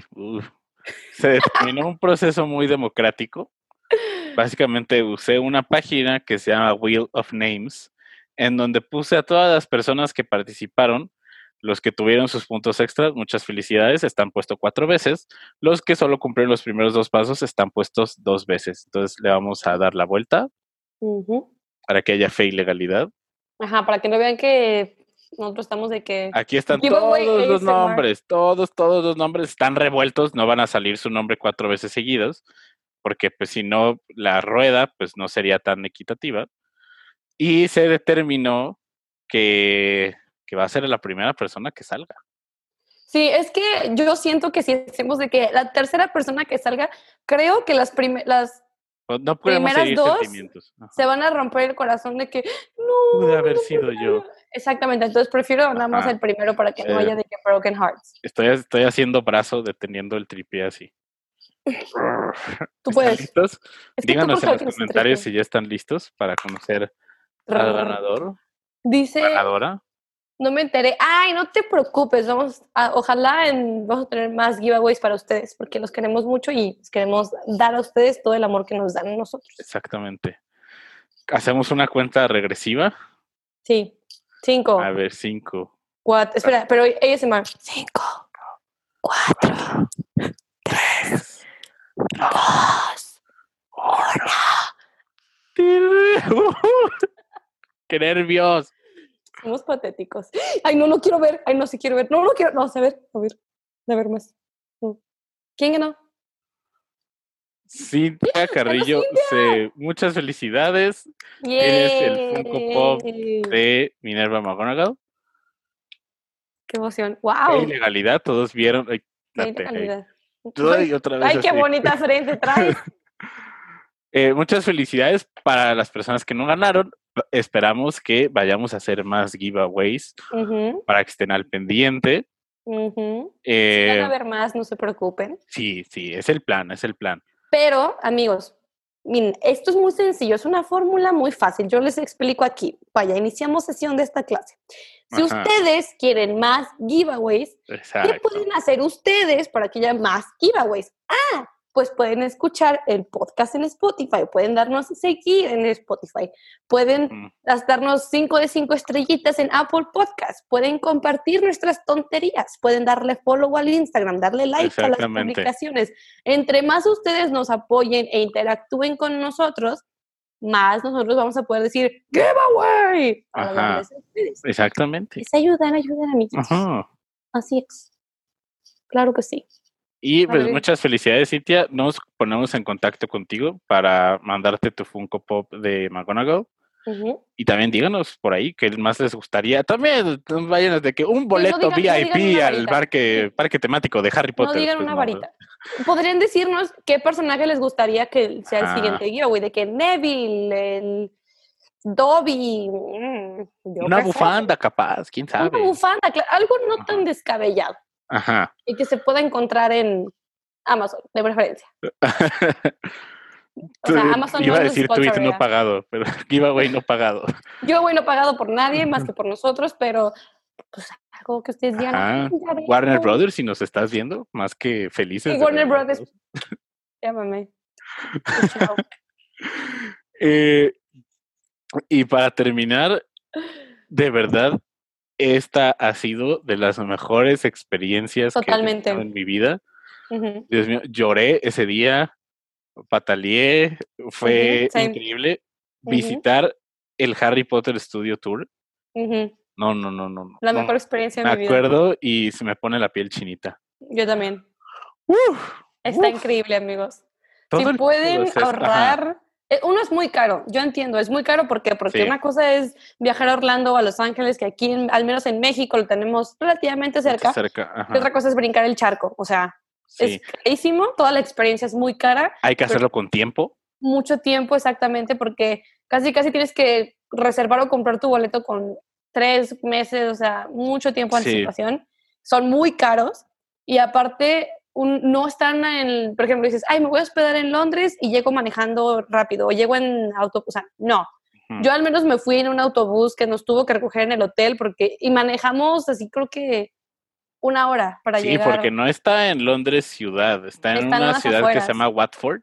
determinó un proceso muy democrático. Básicamente usé una página que se llama Wheel of Names, en donde puse a todas las personas que participaron, los que tuvieron sus puntos extras, muchas felicidades, están puestos 4 veces. Los que solo cumplieron los primeros 2 pasos están puestos 2 veces. Entonces le vamos a dar la vuelta para que haya fe y legalidad. Ajá, para que no vean que nosotros estamos de que... Aquí están todos los nombres, todos los nombres están revueltos, no van a salir su nombre 4 veces seguidos, porque pues si no, la rueda pues no sería tan equitativa. Y se determinó que va a ser la primera persona que salga. Sí, es que yo siento que si hacemos de que la tercera persona que salga, creo que las primeras 2 se van a romper el corazón de que no pude haber sido yo. Exactamente, entonces prefiero nada más el primero para que no haya de que broken hearts. Estoy haciendo brazo deteniendo el tripié así. Tú puedes. ¿Listos? Díganos en los comentarios si ya están listos para conocer al ganador. Dice, ganadora. No me enteré. Ay, no te preocupes, ojalá vamos a tener más giveaways para ustedes, porque los queremos mucho y les queremos dar a ustedes todo el amor que nos dan a nosotros. Exactamente. hacemos una cuenta regresiva. Sí. 5. A ver, 5. 4. Espera, pero ASMR. 5, 4, 3, 2, 1. ¡Qué nervios! Somos patéticos. Ay, no quiero ver. Ay, no, sí quiero ver. No quiero. No, a ver. A ver más. ¿Quién ganó? Cintia Carrillo, muchas felicidades. Tienes el Funko Pop de Minerva McGonagall. Qué emoción. ¡Qué ¡Wow! ilegalidad! Todos vieron. Ay, Qué ilegalidad. ay, otra vez Ay, qué así. bonita frente traes. Muchas felicidades para las personas que no ganaron. Esperamos que vayamos a hacer más giveaways para que estén al pendiente. Si van a ver más, no se preocupen. Sí, es el plan. Pero, amigos, miren, esto es muy sencillo, es una fórmula muy fácil. Yo les explico aquí. Vaya, iniciamos sesión de esta clase. Si ustedes quieren más giveaways, ¿qué pueden hacer ustedes para que haya más giveaways? Pues pueden escuchar el podcast en Spotify, pueden darnos seguir en Spotify, pueden darnos 5 de 5 estrellitas en Apple Podcast, pueden compartir nuestras tonterías, pueden darle follow al Instagram, darle like a las publicaciones. Entre más ustedes nos apoyen e interactúen con nosotros, más nosotros vamos a poder decir giveaway para darles a ustedes. Exactamente. Les ayudan, amigos. Así es. Claro que sí. Y pues muchas felicidades, Cintia. Nos ponemos en contacto contigo para mandarte tu Funko Pop de McGonagall. Y también díganos por ahí qué más les gustaría. También vayan de que un boleto VIP al parque temático de Harry Potter. No digan una varita. Podrían decirnos qué personaje les gustaría que sea el siguiente giveaway, de que Neville, el Dobby. Una bufanda, capaz, quién sabe. Una bufanda, algo no tan descabellado. Y que se pueda encontrar en Amazon, de preferencia. O sea, Amazon iba a decir tweet no pagado, pero giveaway no pagado. Giveaway no pagado por nadie más que por nosotros, pero pues algo que ustedes digan. Warner Brothers, si nos estás viendo, más que felices. Sí, Warner Brothers. Llámame. Y para terminar, de verdad, esta ha sido de las mejores experiencias que he tenido en mi vida. Dios mío, lloré ese día, pataleé, fue increíble. Visitar el Harry Potter Studio Tour. No. La mejor experiencia de mi vida. Me acuerdo y se me pone la piel chinita. Yo también. Está increíble, amigos. Si pueden ahorrar... Uno es muy caro, yo entiendo, es muy caro porque una cosa es viajar a Orlando o a Los Ángeles, que aquí, al menos en México, lo tenemos relativamente cerca. Y otra cosa es brincar el charco, o sea, es carísimo, toda la experiencia es muy cara. Hay que hacerlo con tiempo. Mucho tiempo, exactamente, porque casi tienes que reservar o comprar tu boleto con 3 meses, o sea, mucho tiempo de anticipación. Son muy caros y aparte... no están por ejemplo, dices, me voy a hospedar en Londres y llego manejando rápido, o llego en autobús, o sea, no. Yo al menos me fui en un autobús que nos tuvo que recoger en el hotel y manejamos así creo que 1 hora para llegar. Sí, porque no está en Londres ciudad, está en una ciudad afueras. Que se llama Watford.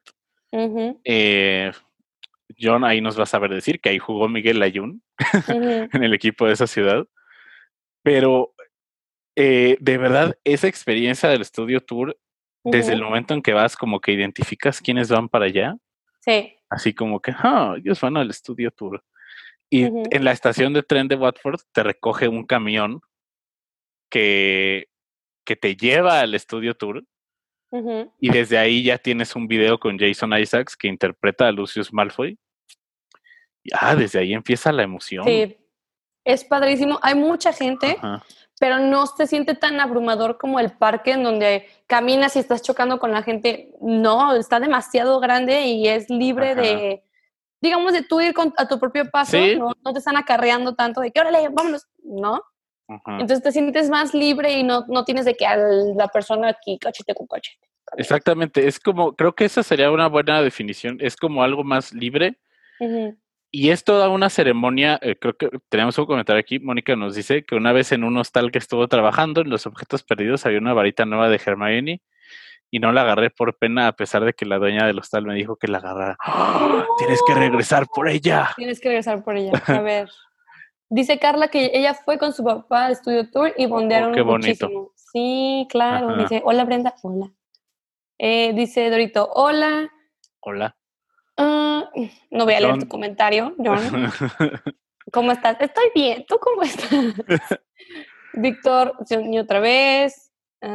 John, ahí nos va a saber decir que ahí jugó Miguel Layún en el equipo de esa ciudad. Pero de verdad, esa experiencia del Studio Tour, desde el momento en que vas, como que identificas quiénes van para allá. Sí. Así como que, ellos van al Studio Tour. Y en la estación de tren de Watford te recoge un camión que te lleva al Studio Tour. Y desde ahí ya tienes un video con Jason Isaacs que interpreta a Lucius Malfoy. Y desde ahí empieza la emoción. Sí, es padrísimo. Hay mucha gente, pero no se siente tan abrumador como el parque en donde caminas y estás chocando con la gente. No, está demasiado grande y es libre de, digamos, de tú ir a tu propio paso. ¿Sí? No te están acarreando tanto de que, órale, vámonos, ¿no? Entonces te sientes más libre y no tienes de que a la persona aquí cachete con cachete. Exactamente, es como, creo que esa sería una buena definición, es como algo más libre. Y es toda una ceremonia, creo que tenemos un comentario aquí, Mónica nos dice que una vez en un hostal que estuvo trabajando en los objetos perdidos había una varita nueva de Hermione y no la agarré por pena, a pesar de que la dueña del hostal me dijo que la agarrara. ¡Oh! Tienes que regresar por ella. Tienes que regresar por ella. A ver. Dice Carla que ella fue con su papá al Studio Tour y bondearon Qué bonito. muchísimo. Sí, claro. Ajá. Dice, hola Brenda, hola. Dice Dorito, hola. Hola. No voy a leer tu John. comentario, John. ¿Cómo estás? Estoy bien. ¿Tú cómo estás? Víctor se unió otra vez.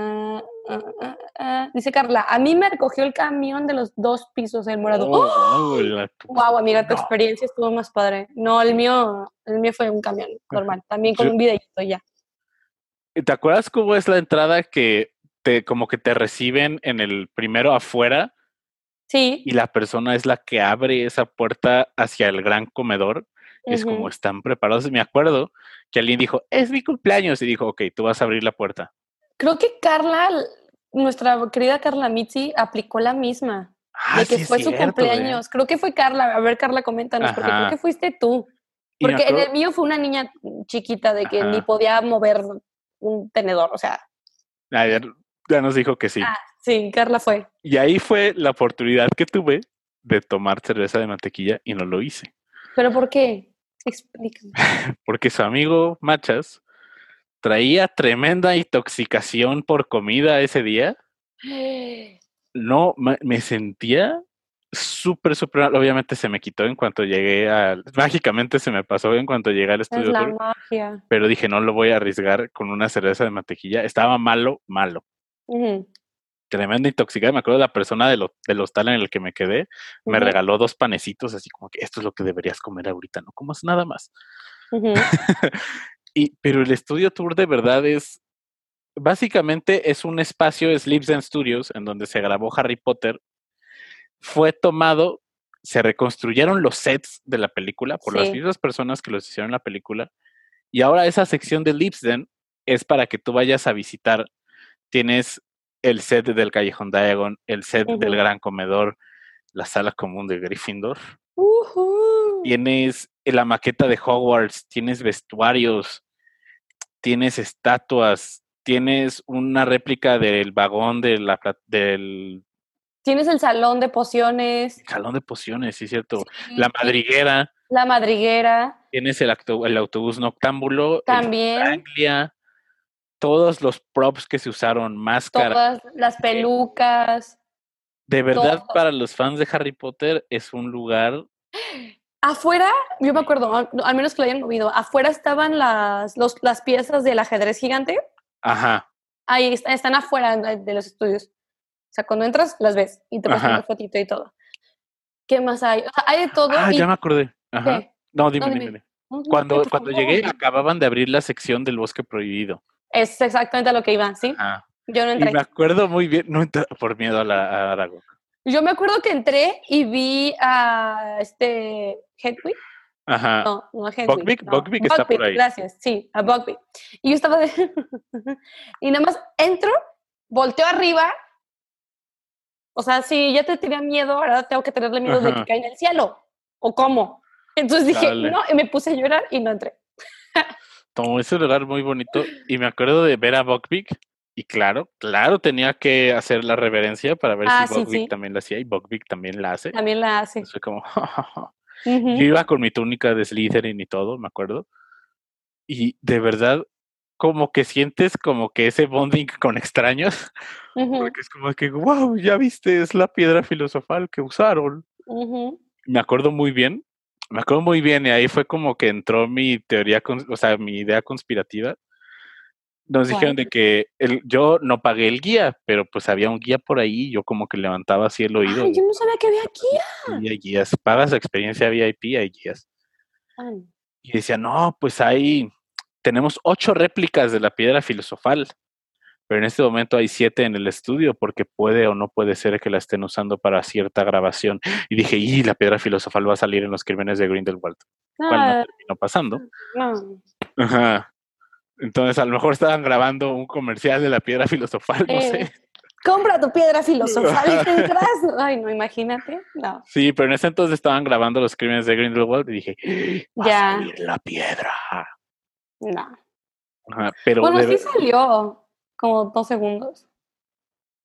Dice Carla, a mí me recogió el camión de los 2 pisos el morado. Oh, Wow, amiga, tu experiencia estuvo más padre. No, el mío fue un camión normal, también con un videíto ya. ¿Te acuerdas cómo es la entrada que como que te reciben en el primero afuera? Sí. Y la persona es la que abre esa puerta hacia el gran comedor. Es como están preparados. Me acuerdo que alguien dijo, es mi cumpleaños. Y dijo, ok, tú vas a abrir la puerta. Creo que Carla, nuestra querida Carla Mitzi, aplicó la misma. Ah, De que sí es fue su cierto, cumpleaños. Creo que fue Carla. A ver, Carla, coméntanos, porque creo que fuiste tú. Porque en el mío fue una niña chiquita de que ni podía mover un tenedor, o sea. Ya nos dijo que sí. Sí, Carla fue. Y ahí fue la oportunidad que tuve de tomar cerveza de mantequilla y no lo hice. ¿Pero por qué? Explícame. Porque su amigo Machas traía tremenda intoxicación por comida ese día. No, me sentía súper mal. Obviamente se me quitó en cuanto llegué mágicamente se me pasó en cuanto llegué al estudio. Es la magia. Pero dije, no lo voy a arriesgar con una cerveza de mantequilla. Estaba malo. Tremenda intoxicada. Me acuerdo de la persona del hostal en el que me quedé, me regaló 2 panecitos, así como que esto es lo que deberías comer ahorita, no comas nada más. Pero el Studio Tour de verdad básicamente es un espacio de Sleeps and Studios en donde se grabó Harry Potter. Fue tomado, se reconstruyeron los sets de la película por las mismas personas que los hicieron en la película. Y ahora esa sección de Libsden es para que tú vayas a visitar. Tienes el set del Callejón Diagon, el set del Gran Comedor, la sala común de Gryffindor. Tienes la maqueta de Hogwarts, tienes vestuarios, tienes estatuas, tienes una réplica del vagón del... Tienes el salón de pociones. Salón de pociones, sí, cierto. Sí. La madriguera. La madriguera. Tienes el autobús noctámbulo. También. El Anglia. Todos los props que se usaron, máscaras. Todas las pelucas. De verdad, para los fans de Harry Potter es un lugar... Afuera, yo me acuerdo, al menos que lo hayan movido, afuera estaban las piezas del ajedrez gigante. Ajá. Ahí están afuera de los estudios. O sea, cuando entras, las ves y te pasan una fotito y todo. ¿Qué más hay? O sea, hay de todo. Ya me acordé. Ajá. ¿Qué? No, dime. No, cuando llegué, acababan de abrir la sección del bosque prohibido. Es exactamente a lo que iba, ¿sí? Ajá. Yo no entré. Y me acuerdo muy bien, no entré por miedo a Aragog. Yo me acuerdo que entré y vi a Hedwig. Ajá. No Hedwig. Buckbeak está por ahí. Gracias, sí, a Buckbeak. Y yo estaba y nada más entro, volteo arriba. O sea, si ya te tenía miedo, ahora tengo que tenerle miedo de que caiga en el cielo. ¿O cómo? Entonces dije, no, y me puse a llorar y no entré. Tomó ese lugar muy bonito y me acuerdo de ver a Buckbeak y claro, tenía que hacer la reverencia para ver si Buckbeak también la hacía y Buckbeak también la hace. También la hace. Fue como, yo iba con mi túnica de Slytherin y todo, me acuerdo. Y de verdad, como que sientes como que ese bonding con extraños, porque es como que, wow, ya viste, es la piedra filosofal que usaron. Me acuerdo muy bien y ahí fue como que entró mi teoría, mi idea conspirativa. Nos dijeron de que yo no pagué el guía, pero pues había un guía por ahí, yo como que levantaba así el oído. Ay, yo no sabía que había guía. Y hay guías, pagas la experiencia VIP, hay guías. Y decía, no, pues tenemos 8 réplicas de la piedra filosofal, pero en este momento hay 7 en el estudio porque puede o no puede ser que la estén usando para cierta grabación. Y dije, la piedra filosofal va a salir en los crímenes de Grindelwald, cual no terminó pasando. No. Ajá. Entonces, a lo mejor estaban grabando un comercial de la piedra filosofal, no sé. Compra tu piedra filosofal y tendrás. Ay, no, imagínate. No. Sí, pero en ese entonces estaban grabando los crímenes de Grindelwald y dije, va a salir la piedra. No. Ajá, pero bueno, sí salió como 2 segundos. Sí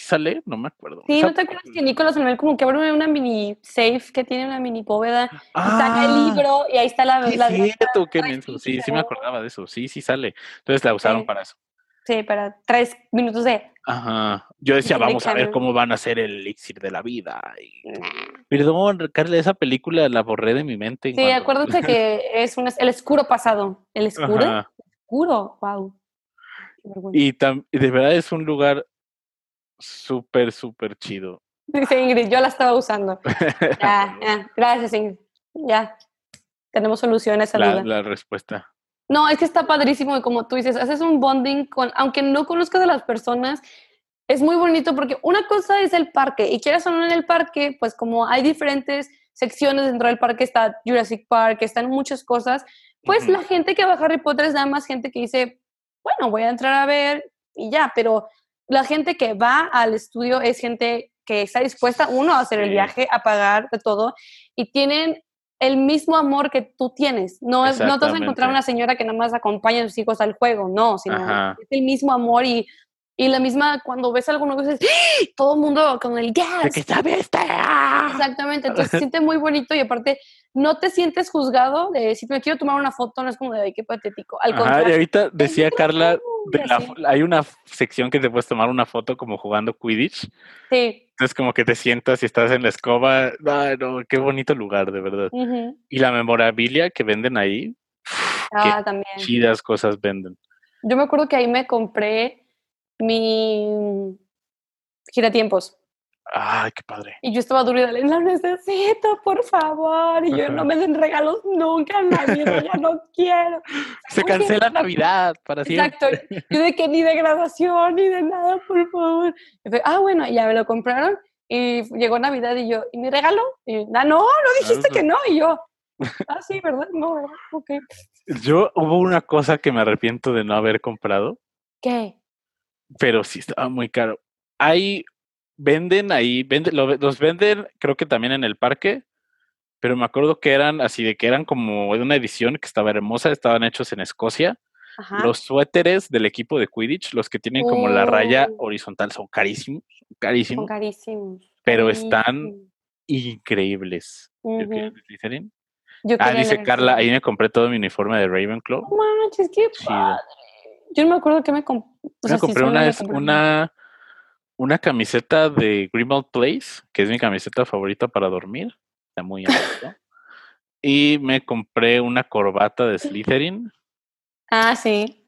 sale? No me acuerdo. Sí, ¿no te acuerdas que Nicolas Flamel como que abre una mini safe que tiene una mini bóveda y saca el libro y ahí está sí, la es cierto, qué menso. Sí, sí me segundos? acordaba de eso. Sí, sí sale. Entonces la usaron para eso. Sí, para 3 minutos de Ajá. Yo decía, Midnight vamos a ver Cameron. cómo van a hacer el elixir de la vida. Y... Nah. Perdón, Carla, esa película la borré de mi mente en Sí, cuanto. acuérdate que es el oscuro pasado. ¿El oscuro? Ajá. Oscuro, wow. Qué vergüenza. Y de verdad es un lugar súper, súper chido. Dice Ingrid, yo la estaba usando. Ya, ya. Gracias, Ingrid. Ya, tenemos solución a esa duda. La respuesta. No, es que está padrísimo y como tú dices, haces un bonding con, aunque no conozcas a las personas, es muy bonito porque una cosa es el parque y quieras o no en el parque, pues como hay diferentes secciones dentro del parque, está Jurassic Park, están muchas cosas, pues la gente que va a Harry Potter es nada más gente que dice, bueno, voy a entrar a ver y ya, pero la gente que va al estudio es gente que está dispuesta, uno, a hacer el viaje, a pagar de todo y tienen el mismo amor que tú tienes. No te vas a encontrar una señora que nada más acompaña a sus hijos al juego, no, sino es el mismo amor y la misma, cuando ves alguno, dices, ¡ah! Todo el mundo con el gas. ¿De qué sabes? Exactamente, entonces se siente muy bonito y aparte no te sientes juzgado de si me quiero tomar una foto, no es como de ay, qué patético. Al contrario. Y ahorita decía Carla, hay una sección que te puedes tomar una foto como jugando Quidditch. Sí. Entonces como que te sientas y estás en la escoba. Ay, no, qué bonito lugar, de verdad. Y la memorabilia que venden ahí, qué también. chidas cosas venden. Yo me acuerdo que ahí me compré mi giratiempos. Ay, qué padre. Y yo estaba dura y dale, lo necesito, por favor. Y yo, no me den regalos nunca en la vida, ya no quiero. Se cancela Navidad para siempre. Exacto. Yo de que ni de graduación, ni de nada, por favor. Y fue, bueno, y ya me lo compraron. Y llegó Navidad y yo, ¿y mi regalo? Y, no dijiste que no. Y yo, sí, ¿verdad? No, ¿verdad? Ok. Hubo una cosa que me arrepiento de no haber comprado. ¿Qué? Pero sí estaba muy caro. Los venden, creo que también en el parque, pero me acuerdo que eran así de que eran como de una edición que estaba hermosa, estaban hechos en Escocia. Ajá. Los suéteres del equipo de Quidditch, los que tienen como la raya horizontal, son carísimos. Son carísimos. Pero están increíbles. ¿Yo quería el Slytherin? Dice Carla, ahí me compré todo mi uniforme de Ravenclaw. No manches, qué padre. Yo no me acuerdo que me compré. Me compré una camiseta de Grimmauld Place, que es mi camiseta favorita para dormir. Está muy alto. Y me compré una corbata de Slytherin. Sí.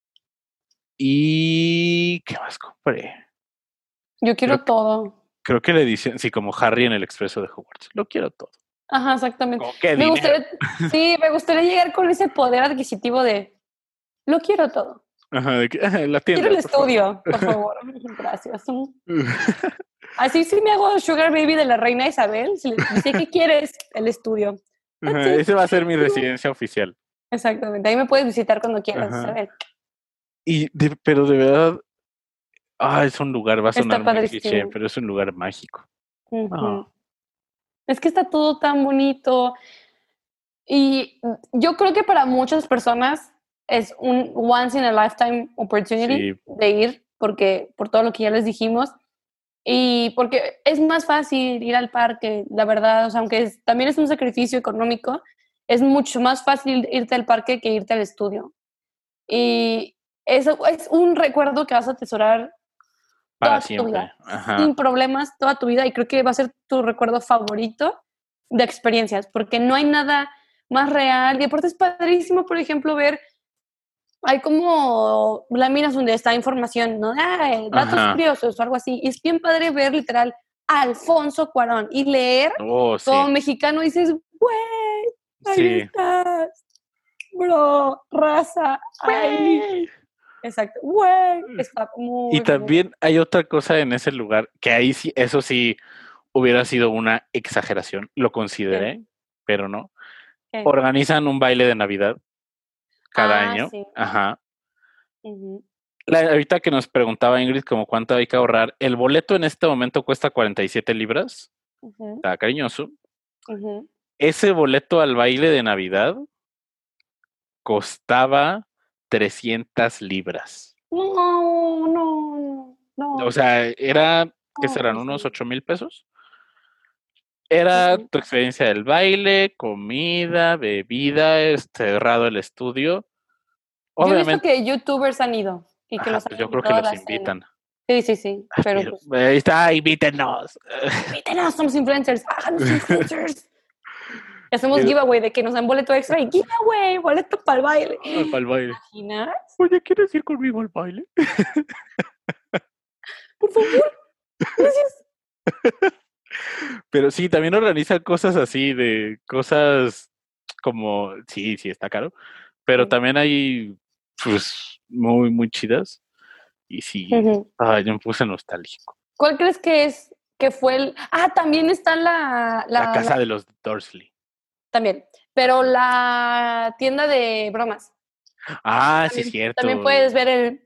¿Y qué más compré? Yo quiero todo. Creo que la edición, sí, como Harry en el Expreso de Hogwarts. Lo quiero todo. Ajá, exactamente. Me gustaría llegar con ese poder adquisitivo de lo quiero todo. Ajá, de que, la tienda. Quiero el estudio, por favor. Gracias. Así sí me hago Sugar Baby de la reina Isabel. Si le dice, ¿qué quieres? El estudio. Ese va a ser mi residencia oficial. Exactamente. Ahí me puedes visitar cuando quieras. Isabel. Pero de verdad, es un lugar, va a sonar muy cliché, pero es un lugar mágico. Es que está todo tan bonito. Y yo creo que para muchas personas es un once in a lifetime opportunity de ir, porque por todo lo que ya les dijimos. Y porque es más fácil ir al parque, la verdad, o sea, aunque también es un sacrificio económico, es mucho más fácil irte al parque que irte al estudio. Y eso es un recuerdo que vas a atesorar para toda siempre. Tu vida, Ajá. sin problemas, toda tu vida, y creo que va a ser tu recuerdo favorito de experiencias, porque no hay nada más real, y aparte es padrísimo, por ejemplo, ver, hay como láminas donde está información, ¿no? Datos curiosos o algo así, y es bien padre ver literal a Alfonso Cuarón y leer como mexicano, y dices, güey, ahí estás, bro, raza, ahí. Exacto, güey, está muy. Y también hay otra cosa en ese lugar, que ahí sí, eso sí hubiera sido una exageración, lo consideré, pero no. Organizan un baile de Navidad cada año. Sí. Ajá. Ahorita que nos preguntaba Ingrid como cuánto hay que ahorrar, el boleto en este momento cuesta 47 libras. Está cariñoso. Ese boleto al baile de Navidad costaba 300 libras. No. O sea, era ¿qué serán? ¿Unos 8,000 pesos? Era tu experiencia del baile, comida, bebida, cerrado el estudio. Yo he visto Obviamente, que youtubers han ido y que los han pues yo creo que invitado a los la cena. invitan. Sí, pero Pero, pues, ahí está, invítenos. invítenos, somos influencers, háganos influencers. Hacemos Pero, giveaway de que nos dan boleto extra y giveaway, boleto para el baile. para el baile. ¿Imaginas? Oye, ¿quieres ir conmigo al baile? Por favor, gracias. Pero sí, también organizan cosas así, de cosas como, sí, está caro, pero también hay, pues, muy, muy chidas. Y sí, yo me puse nostálgico. ¿Cuál crees que fue el? Ah, también está La casa de los Dursley. también, pero la tienda de bromas. Ah, sí, También, es cierto. también puedes ver el.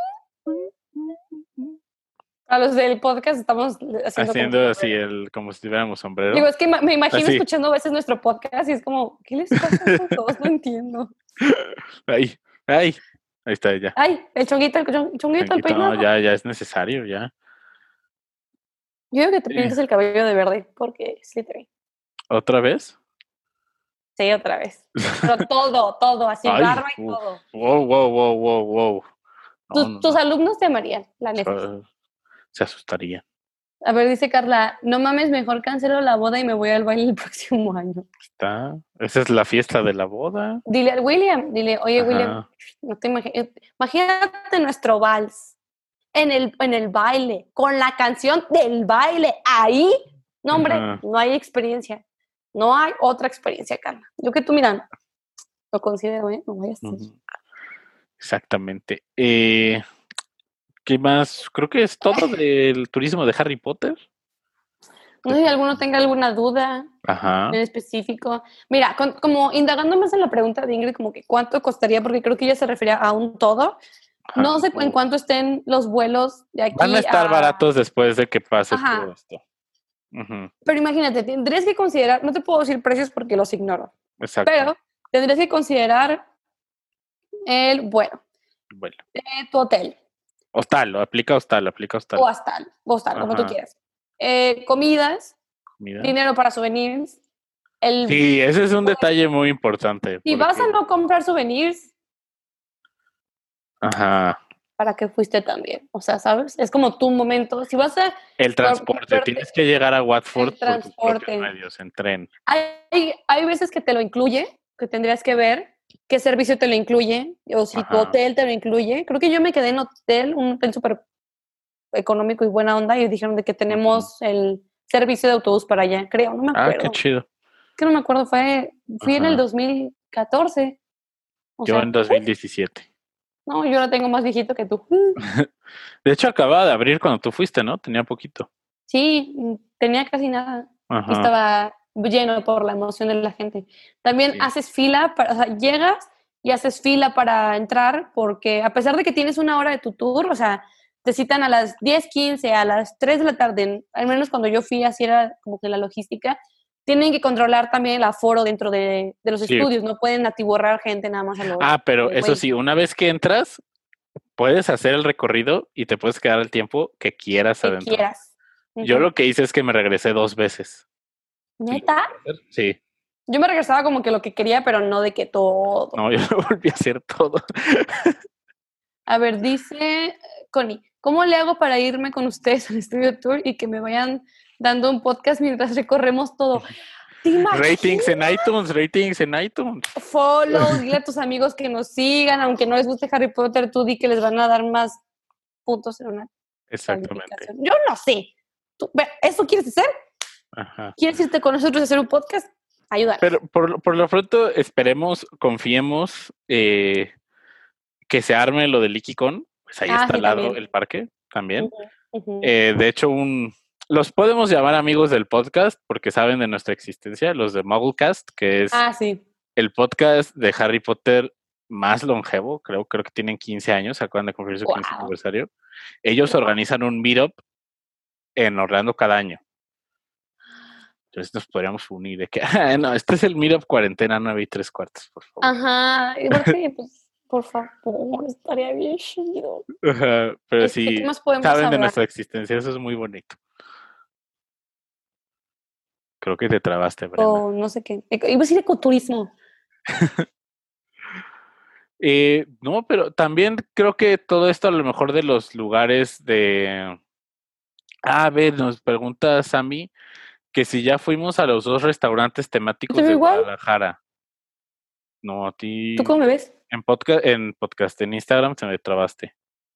A los del podcast estamos Haciendo así como si tuviéramos sombrero. Digo, es que me imagino así. escuchando a veces nuestro podcast y es como, ¿qué les pasa a estos dos? No entiendo. Ahí está ya. Ay, el chonguito, el peinado. No, ya es necesario, ya. Yo digo que te pintes el cabello de verde, porque es literal. ¿Otra vez? Sí, otra vez. Pero todo, así, barba y todo. Wow. Tus alumnos te amarían, la neta. Se asustarían. A ver, dice Carla, no mames, mejor cancelo la boda y me voy al baile el próximo año. Esa es la fiesta de la boda. Dile al William, oye, William, no te imagínate nuestro vals en el baile, con la canción del baile, ahí, no hombre, no hay experiencia, no hay otra experiencia, Carla. Yo que tú, mira, lo considero, no voy a hacer. Exactamente. ¿Qué más? Creo que es todo del turismo de Harry Potter. No sé si alguno tenga alguna duda en específico. Mira, como indagando más en la pregunta de Ingrid, como que cuánto costaría, porque creo que ella se refería a un todo. No sé en cuánto estén los vuelos de aquí. Van a estar baratos después de que pase todo esto. Pero imagínate, tendrías que considerar, no te puedo decir precios porque los ignoro. Exacto. Pero tendrías que considerar el tu hotel. Hostal, aplica hostal. O hostal, como tú quieras. Comidas, dinero para souvenirs. Sí, ese es un detalle muy importante. Si vas a no comprar souvenirs, ¿para qué fuiste también? O sea, ¿sabes? Es como tu momento. Si vas a... El transporte, tienes que llegar a Watford por tus propios medios, en tren. Hay veces que te lo incluye, que tendrías que ver qué servicio te lo incluye, o si tu hotel te lo incluye. Creo que yo me quedé en un hotel súper económico y buena onda, y dijeron de que tenemos el servicio de autobús para allá, creo, no me acuerdo. Qué chido. Que no me acuerdo, fui en el 2014. Yo en 2017. No, yo lo tengo más viejito que tú. De hecho, acababa de abrir cuando tú fuiste, ¿no? Tenía poquito. Sí, tenía casi nada. Y estaba lleno por la emoción de la gente. También haces fila, llegas y haces fila para entrar, porque a pesar de que tienes una hora de tu tour, o sea, te citan a las 10:15, a las 3 de la tarde, al menos cuando yo fui, así era como que la logística. Tienen que controlar también el aforo dentro de los estudios, no pueden atiborrar gente nada más a los... pero eso sí, una vez que entras, puedes hacer el recorrido y te puedes quedar el tiempo que quieras adentro. Yo lo que hice es que me regresé 2 veces. ¿Neta? Sí. Yo me regresaba como que lo que quería, pero no de que todo. No, yo lo volví a hacer todo. A ver, dice Connie, ¿cómo le hago para irme con ustedes al Estudio Tour y que me vayan dando un podcast mientras recorremos todo? Ratings en iTunes. Follow, dile a tus amigos que nos sigan, aunque no les guste Harry Potter, tú di que les van a dar más puntos en una calificación. Yo no sé. ¿Eso quieres hacer? ¿Quieres irte con nosotros a hacer un podcast? Ayúdanos. Pero por lo pronto esperemos, confiemos que se arme lo de LikiCon. Pues ahí está al lado el parque también. De hecho, los podemos llamar amigos del podcast porque saben de nuestra existencia, los de Mugglecast, que es el podcast de Harry Potter más longevo, creo que tienen 15 años, acaban de cumplir su 15 aniversario. Ellos organizan un meetup en Orlando cada año. Entonces nos podríamos unir de que, no, este es el meetup cuarentena 9 3/4, por favor. Ajá, y porque, pues, por favor, estaría bien chido. Pero sí, saben de nuestra existencia, eso es muy bonito. Creo que te trabaste, Brenda. O no sé qué. Iba a decir ecoturismo. No, pero también creo que todo esto a lo mejor de los lugares de... A ver, nos pregunta Sammy que si ya fuimos a los 2 restaurantes temáticos ¿Te veo de igual? Guadalajara. No, a ¿Tú ti cómo me ves? en podcast, en Instagram se me trabaste.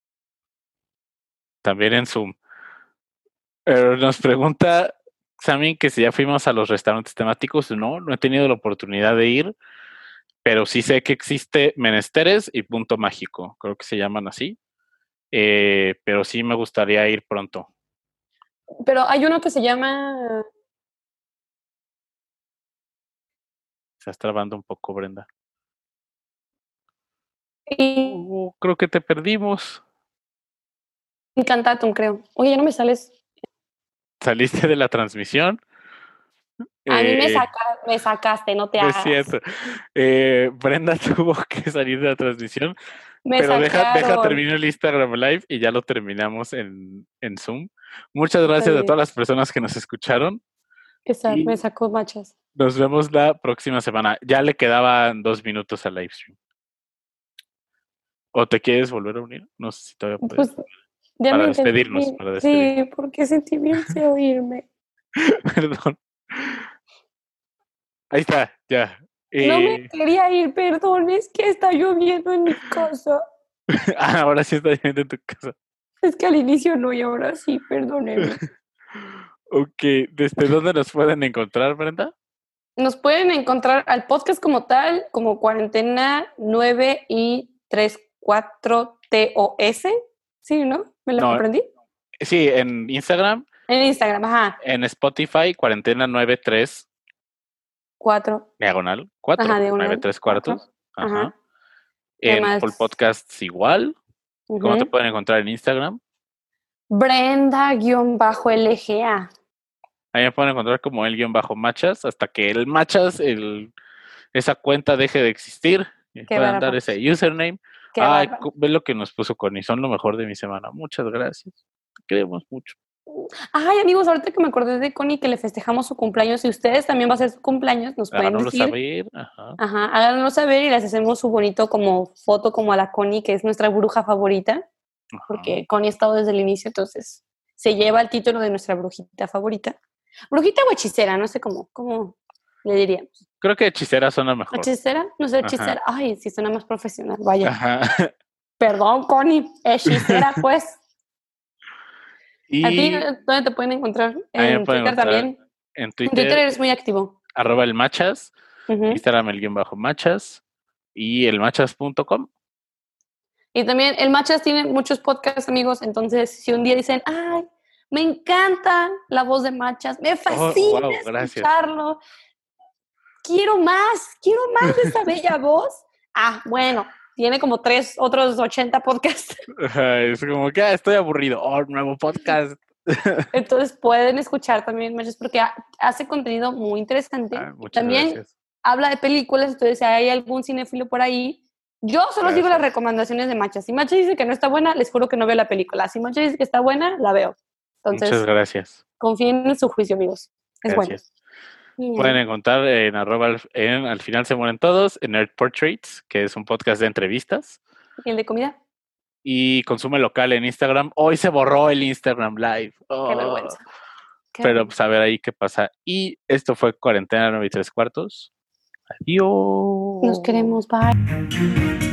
También en Zoom. Pero nos pregunta Sammy que si ya fuimos a los restaurantes temáticos. No he tenido la oportunidad de ir, pero sí sé que existe Menesteres y Punto Mágico, creo que se llaman así. Pero sí me gustaría ir pronto. Pero hay uno que se llama... Estás trabando un poco, Brenda. Creo que te perdimos. Incantatum, creo. Oye, ya no me sales. Saliste de la transmisión. A mí Eh, me sacaste, no te no es hagas. cierto. Brenda tuvo que salir de la transmisión, Me pero deja sacaron. terminar el Instagram Live y ya lo terminamos en Zoom. Muchas Está gracias a bien. todas las personas que nos escucharon Me y sacó machas. nos vemos la próxima semana. Ya le quedaban 2 minutos al live stream. ¿O te quieres volver a unir? No sé si todavía puedes. Pues ya me Para intenté despedirnos, ir. para despedirnos. Sí, porque sentí bien feo irme. Perdón. Ahí está, ya. No me quería ir, perdón, es que está lloviendo en mi casa. Ahora sí está lloviendo en tu casa. Es que al inicio no y ahora sí, perdóneme. Ok, ¿desde dónde nos pueden encontrar, Brenda? Nos pueden encontrar al podcast como tal, como Cuarentena 9 y 34 TOS. Sí, ¿no? ¿Me lo No, aprendí? sí, en Instagram, En Instagram, ajá. en Spotify, cuarentena 93 4. diagonal 4, Ajá, 9 diagonal. 3 4. cuartos. Ajá. Ajá. ¿Qué En Apple más? Podcasts igual. ¿Cómo te Uh-huh. pueden encontrar en Instagram? Brenda-LGA. Ahí me pueden encontrar como el _machas, hasta que el machas, esa cuenta deje de existir. Y Qué puedan dar bárbaro. ese username. Qué Ay, bárbaro. ve lo que nos puso Connie, son lo mejor de mi semana. Muchas gracias. Te queremos mucho. Ay, amigos, ahorita que me acordé de Connie que le festejamos su cumpleaños, si ustedes también va a ser su cumpleaños, nos pueden Háganoslo decir. saber. Ajá. Ajá, háganos saber y les hacemos su bonito como foto como a la Connie, que es nuestra bruja favorita, porque Ajá. Connie ha estado desde el inicio, entonces se lleva el título de nuestra brujita favorita. Brujita o hechicera, no sé cómo le diríamos. Creo que hechicera suena mejor. ¿Hechicera? No sé, hechicera. Ajá. Ay, sí, suena más profesional, vaya. Ajá. Perdón, Connie, hechicera, pues. ¿A ti Y dónde te pueden encontrar? ahí me En pueden Twitter encontrar también. en En Twitter Twitter, eres muy activo. @elmachas, Uh-huh. Instagram el_machas y elmachas.com. Y también el Machas tiene muchos podcasts, amigos, entonces si un día dicen, ay, me encanta la voz de Machas, me fascina Wow, gracias. escucharlo, quiero más de esa bella voz. Ah, bueno, tiene como 3 otros 80 podcasts. Ajá, es como que estoy aburrido. Oh, nuevo podcast. Entonces pueden escuchar también Machas porque hace contenido muy interesante. Muchas También gracias. habla de películas, entonces si hay algún cinéfilo por ahí, yo solo sigo las recomendaciones de Machas. Si Machas dice que no está buena, les juro que no veo la película. Si Machas dice que está buena, la veo. Muchas Entonces, gracias. confíen en su juicio, amigos. Es bueno. Gracias. Pueden encontrar en al final se mueren todos, en Nerd Portraits, que es un podcast de entrevistas. ¿Y el de comida? Y Consume Local en Instagram. Hoy se borró el Instagram Live. Qué vergüenza. Pero pues a ver ahí qué pasa. Y esto fue Cuarentena 9 3 cuartos. Adiós. Nos queremos. Bye.